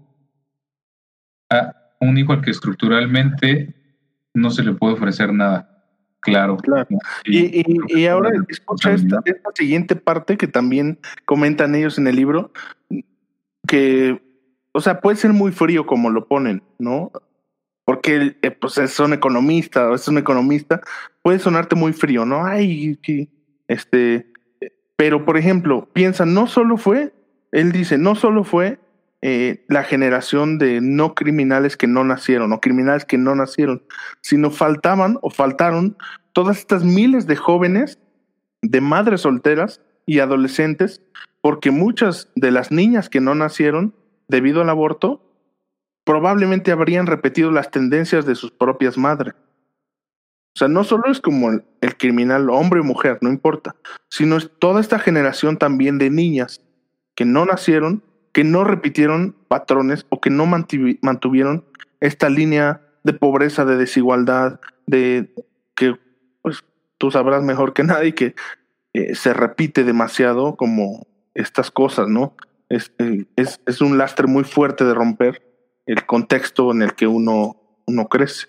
al que estructuralmente no se le puede ofrecer nada. Claro. Y ahora escucha esta siguiente parte que también comentan ellos en el libro, que, o sea, puede ser muy frío como lo ponen, ¿no? Porque pues es un economista, puede sonarte muy frío, ¿no? Ay, pero por ejemplo, piensa, él dice, no solo fue la generación de no criminales que no nacieron o criminales que no nacieron, sino faltaron todas estas miles de jóvenes, de madres solteras y adolescentes, porque muchas de las niñas que no nacieron debido al aborto probablemente habrían repetido las tendencias de sus propias madres. O sea, no solo es como el criminal, hombre o mujer, no importa, sino es toda esta generación también de niñas que no nacieron, que no repitieron patrones o que no mantuvieron esta línea de pobreza, de desigualdad, de que pues tú sabrás mejor que nadie que se repite demasiado como estas cosas, ¿no? Es un lastre muy fuerte de romper el contexto en el que uno crece.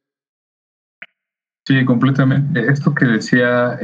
Sí, completamente. Esto que decía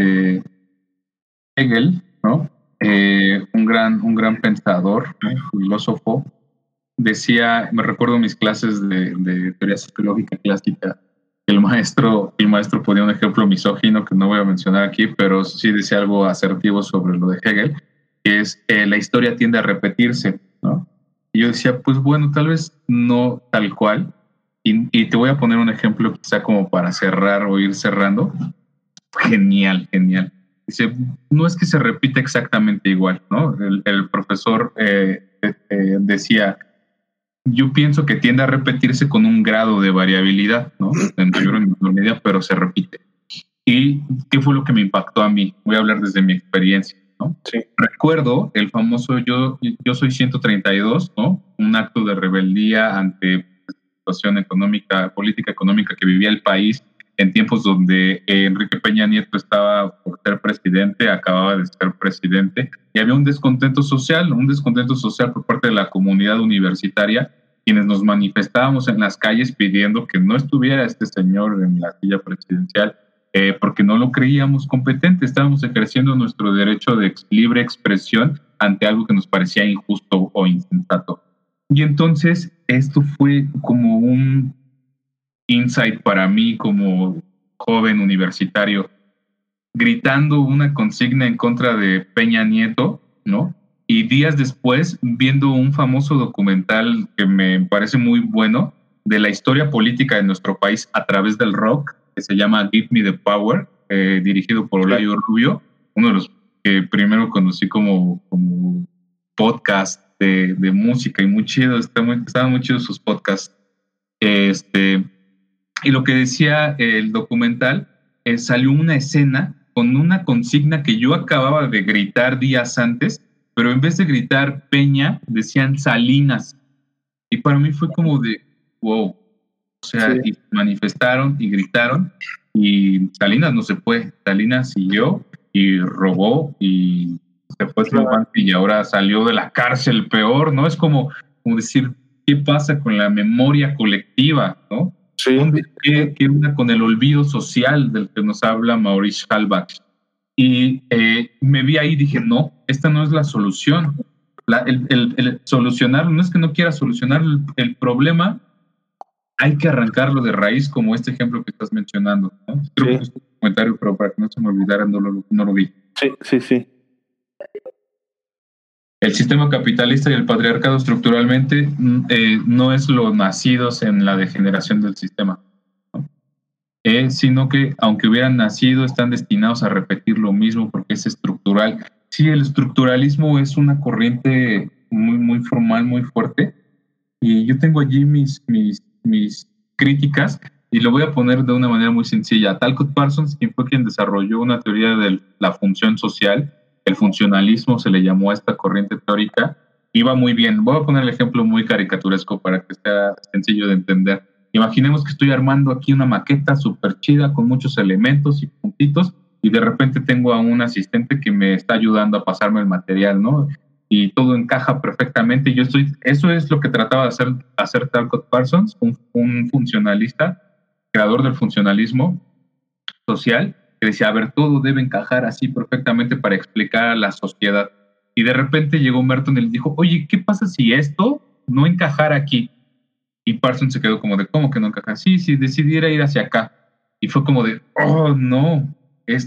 Hegel, ¿no? Un gran pensador, filósofo, decía, me recuerdo mis clases de teoría sociológica clásica, el maestro ponía un ejemplo misógino que no voy a mencionar aquí, pero sí decía algo asertivo sobre lo de Hegel, que es la historia tiende a repetirse, ¿no? Y yo decía, pues bueno, tal vez no tal cual, y te voy a poner un ejemplo quizá como para cerrar o ir cerrando. Genial. Dice, no es que se repita exactamente igual, ¿no? El profesor decía, yo pienso que tiende a repetirse con un grado de variabilidad, ¿no? En mayor o menor medida, pero se repite. ¿Y qué fue lo que me impactó a mí? Voy a hablar desde mi experiencia, ¿no? Sí. Recuerdo el famoso yo soy 132, ¿no? Un acto de rebeldía ante la situación política económica que vivía el país en tiempos donde Enrique Peña Nieto estaba por ser presidente, acababa de ser presidente, y había un descontento social por parte de la comunidad universitaria, quienes nos manifestábamos en las calles pidiendo que no estuviera este señor en la silla presidencial, porque no lo creíamos competente, estábamos ejerciendo nuestro derecho de libre expresión ante algo que nos parecía injusto o insensato. Y entonces esto fue como un insight para mí como joven universitario, gritando una consigna en contra de Peña Nieto, ¿no? Y días después, viendo un famoso documental que me parece muy bueno de la historia política de nuestro país a través del rock, que se llama Give Me the Power, dirigido por Olayo Rubio, uno de los que primero conocí como podcast de música, y muy chido, estaban muy chidos sus podcasts. Y lo que decía el documental, salió una escena con una consigna que yo acababa de gritar días antes, pero en vez de gritar Peña, decían Salinas. Y para mí fue como de, wow. O sea, sí. Y manifestaron y gritaron, y Salinas no se fue. Salinas siguió y robó y se fue triunfante, y ahora salió de la cárcel peor, ¿no? Es como decir, ¿qué pasa con la memoria colectiva, no? Sí. ¿Qué onda con el olvido social del que nos habla Maurice Halbach? Y me vi ahí y dije, no, esta no es la solución. El solucionar, no es que no quiera solucionar el problema, hay que arrancarlo de raíz, como este ejemplo que estás mencionando, ¿no? Creo que es un comentario, pero para que no se me olvidara, no lo vi. Sí. El sistema capitalista y el patriarcado estructuralmente no es lo nacidos en la degeneración del sistema, ¿no? Sino que aunque hubieran nacido, están destinados a repetir lo mismo porque es estructural. Sí, el estructuralismo es una corriente muy, muy formal, muy fuerte, y yo tengo allí mis críticas, y lo voy a poner de una manera muy sencilla. Talcott Parsons, quien fue quien desarrolló una teoría de la función social, el funcionalismo se le llamó a esta corriente teórica, iba muy bien. Voy a poner el ejemplo muy caricaturesco para que sea sencillo de entender. Imaginemos que estoy armando aquí una maqueta súper chida con muchos elementos y puntitos, y de repente tengo a un asistente que me está ayudando a pasarme el material, ¿no? Y todo encaja perfectamente. Eso es lo que trataba de hacer Talcott Parsons, un funcionalista, creador del funcionalismo social, que decía, a ver, todo debe encajar así perfectamente para explicar a la sociedad. Y de repente llegó Merton y le dijo, oye, ¿qué pasa si esto no encajara aquí? Y Parsons se quedó como de, ¿cómo que no encaja? Sí, decidiera ir hacia acá. Y fue como de, oh, no,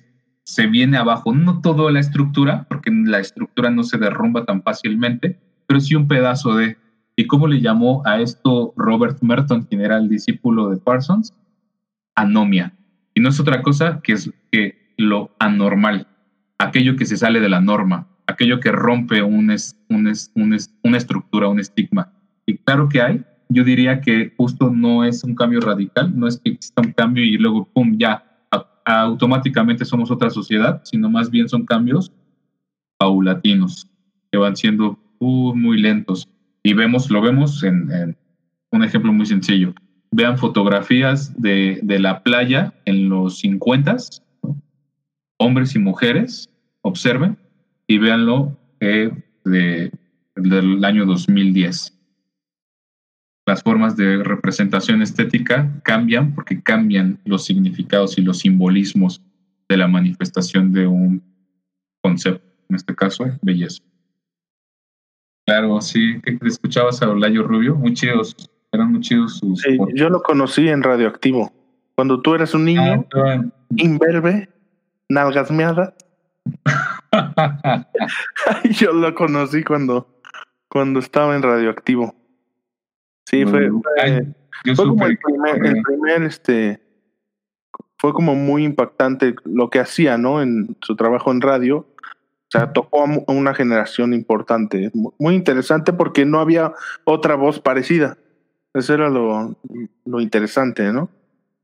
se viene abajo. No toda la estructura, porque la estructura no se derrumba tan fácilmente, pero sí un pedazo de. ¿Y cómo le llamó a esto Robert Merton, quien era el discípulo de Parsons? Anomia. Y no es otra cosa que lo anormal, aquello que se sale de la norma, aquello que rompe una estructura, un estigma. Y claro que hay. Yo diría que justo no es un cambio radical, no es que exista un cambio y luego, pum, ya, automáticamente somos otra sociedad, sino más bien son cambios paulatinos, que van siendo muy lentos. Y lo vemos en un ejemplo muy sencillo. Vean fotografías de la playa en los 50s, ¿no? Hombres y mujeres, observen, y véanlo del año 2010. Las formas de representación estética cambian porque cambian los significados y los simbolismos de la manifestación de un concepto, en este caso, belleza. Claro, sí, que escuchabas a Olayo Rubio, muy chidos, eran muy chidos sus... Sí, yo lo conocí en Radioactivo, cuando tú eras un niño, imberbe, nalgas meadas. Yo lo conocí cuando estaba en Radioactivo. Sí, fue como el primer fue como muy impactante lo que hacía, ¿no? En su trabajo en radio. O sea, tocó a una generación importante. Muy interesante porque no había otra voz parecida. Eso era lo interesante, ¿no?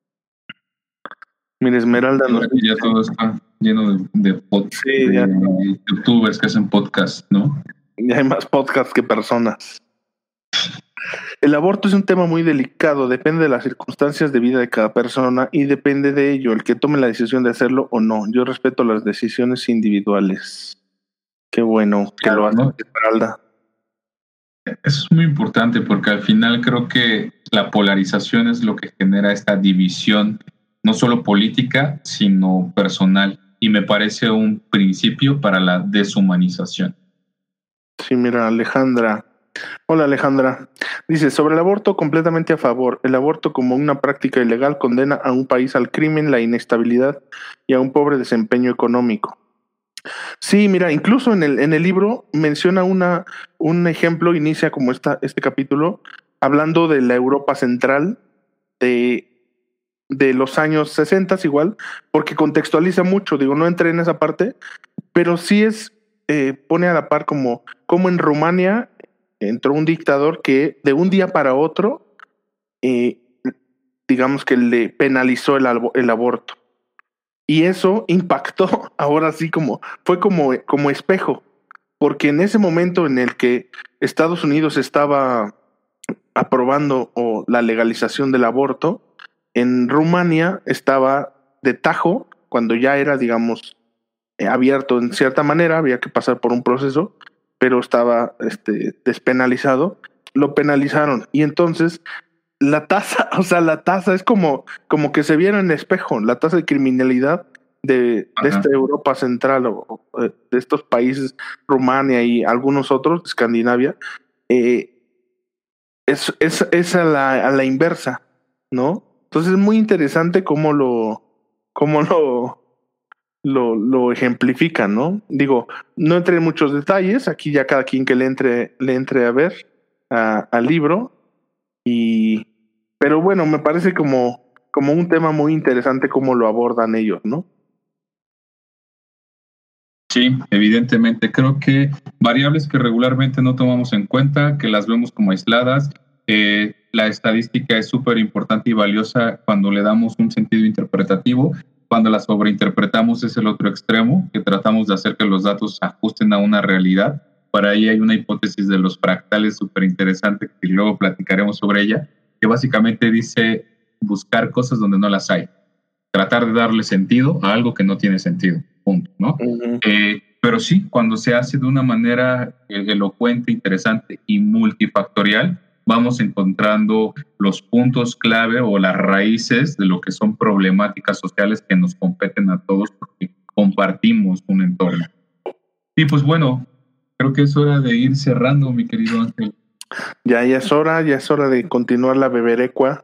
Mira, Esmeralda. Ya todo está lleno de youtubers que hacen podcast, ¿no? Y hay más podcasts que personas. El aborto es un tema muy delicado, depende de las circunstancias de vida de cada persona y depende de ello el que tome la decisión de hacerlo o no. Yo respeto las decisiones individuales. Qué bueno que lo hace, Esmeralda. Eso es muy importante porque al final creo que la polarización es lo que genera esta división, no solo política, sino personal. Y me parece un principio para la deshumanización. Sí, mira, Alejandra. Hola, Alejandra. Dice, sobre el aborto, completamente a favor. El aborto como una práctica ilegal condena a un país al crimen, la inestabilidad y a un pobre desempeño económico. Sí, mira, incluso en el libro menciona un ejemplo, inicia como este capítulo, hablando de la Europa central de los años 60 igual, porque contextualiza mucho, digo, no entré en esa parte, pero sí pone a la par como en Rumania entró un dictador que de un día para otro, digamos que le penalizó el aborto. Y eso impactó, ahora sí, fue como espejo, porque en ese momento en el que Estados Unidos estaba aprobando la legalización del aborto, en Rumania estaba de tajo, cuando ya era, digamos, abierto en cierta manera, había que pasar por un proceso, pero estaba despenalizado, lo penalizaron. Y entonces la tasa es como que se viera en espejo, la tasa de criminalidad de esta Europa central o de estos países, Rumania y algunos otros, Escandinavia, es a la inversa, ¿no? Entonces es muy interesante cómo lo ejemplifican, ¿no? Digo, no entré en muchos detalles, aquí ya cada quien que le entre a ver al libro, pero bueno, me parece como un tema muy interesante cómo lo abordan ellos, ¿no? Sí, evidentemente. Creo que variables que regularmente no tomamos en cuenta, que las vemos como aisladas. La estadística es súper importante y valiosa cuando le damos un sentido interpretativo. Cuando la sobreinterpretamos es el otro extremo, que tratamos de hacer que los datos se ajusten a una realidad. Para ahí hay una hipótesis de los fractales súper interesante que luego platicaremos sobre ella, que básicamente dice buscar cosas donde no las hay. Tratar de darle sentido a algo que no tiene sentido. Punto, ¿no? Uh-huh. Pero sí, cuando se hace de una manera elocuente, interesante y multifactorial, vamos encontrando los puntos clave o las raíces de lo que son problemáticas sociales que nos competen a todos porque compartimos un entorno. Y pues bueno, creo que es hora de ir cerrando, mi querido Ángel. Ya es hora de continuar la beberecua.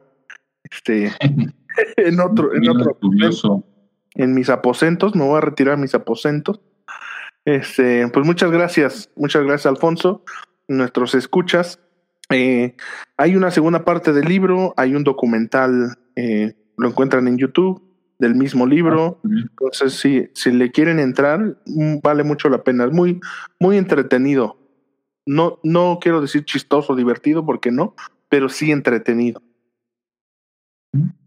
en otro en mis aposentos, me voy a retirar a mis aposentos. Pues muchas gracias, Alfonso. nuestros escuchas, hay una segunda parte del libro, hay un documental, lo encuentran en YouTube, del mismo libro. Entonces, si le quieren entrar, vale mucho la pena. Es muy, muy entretenido. No quiero decir chistoso, divertido, porque no, pero sí entretenido.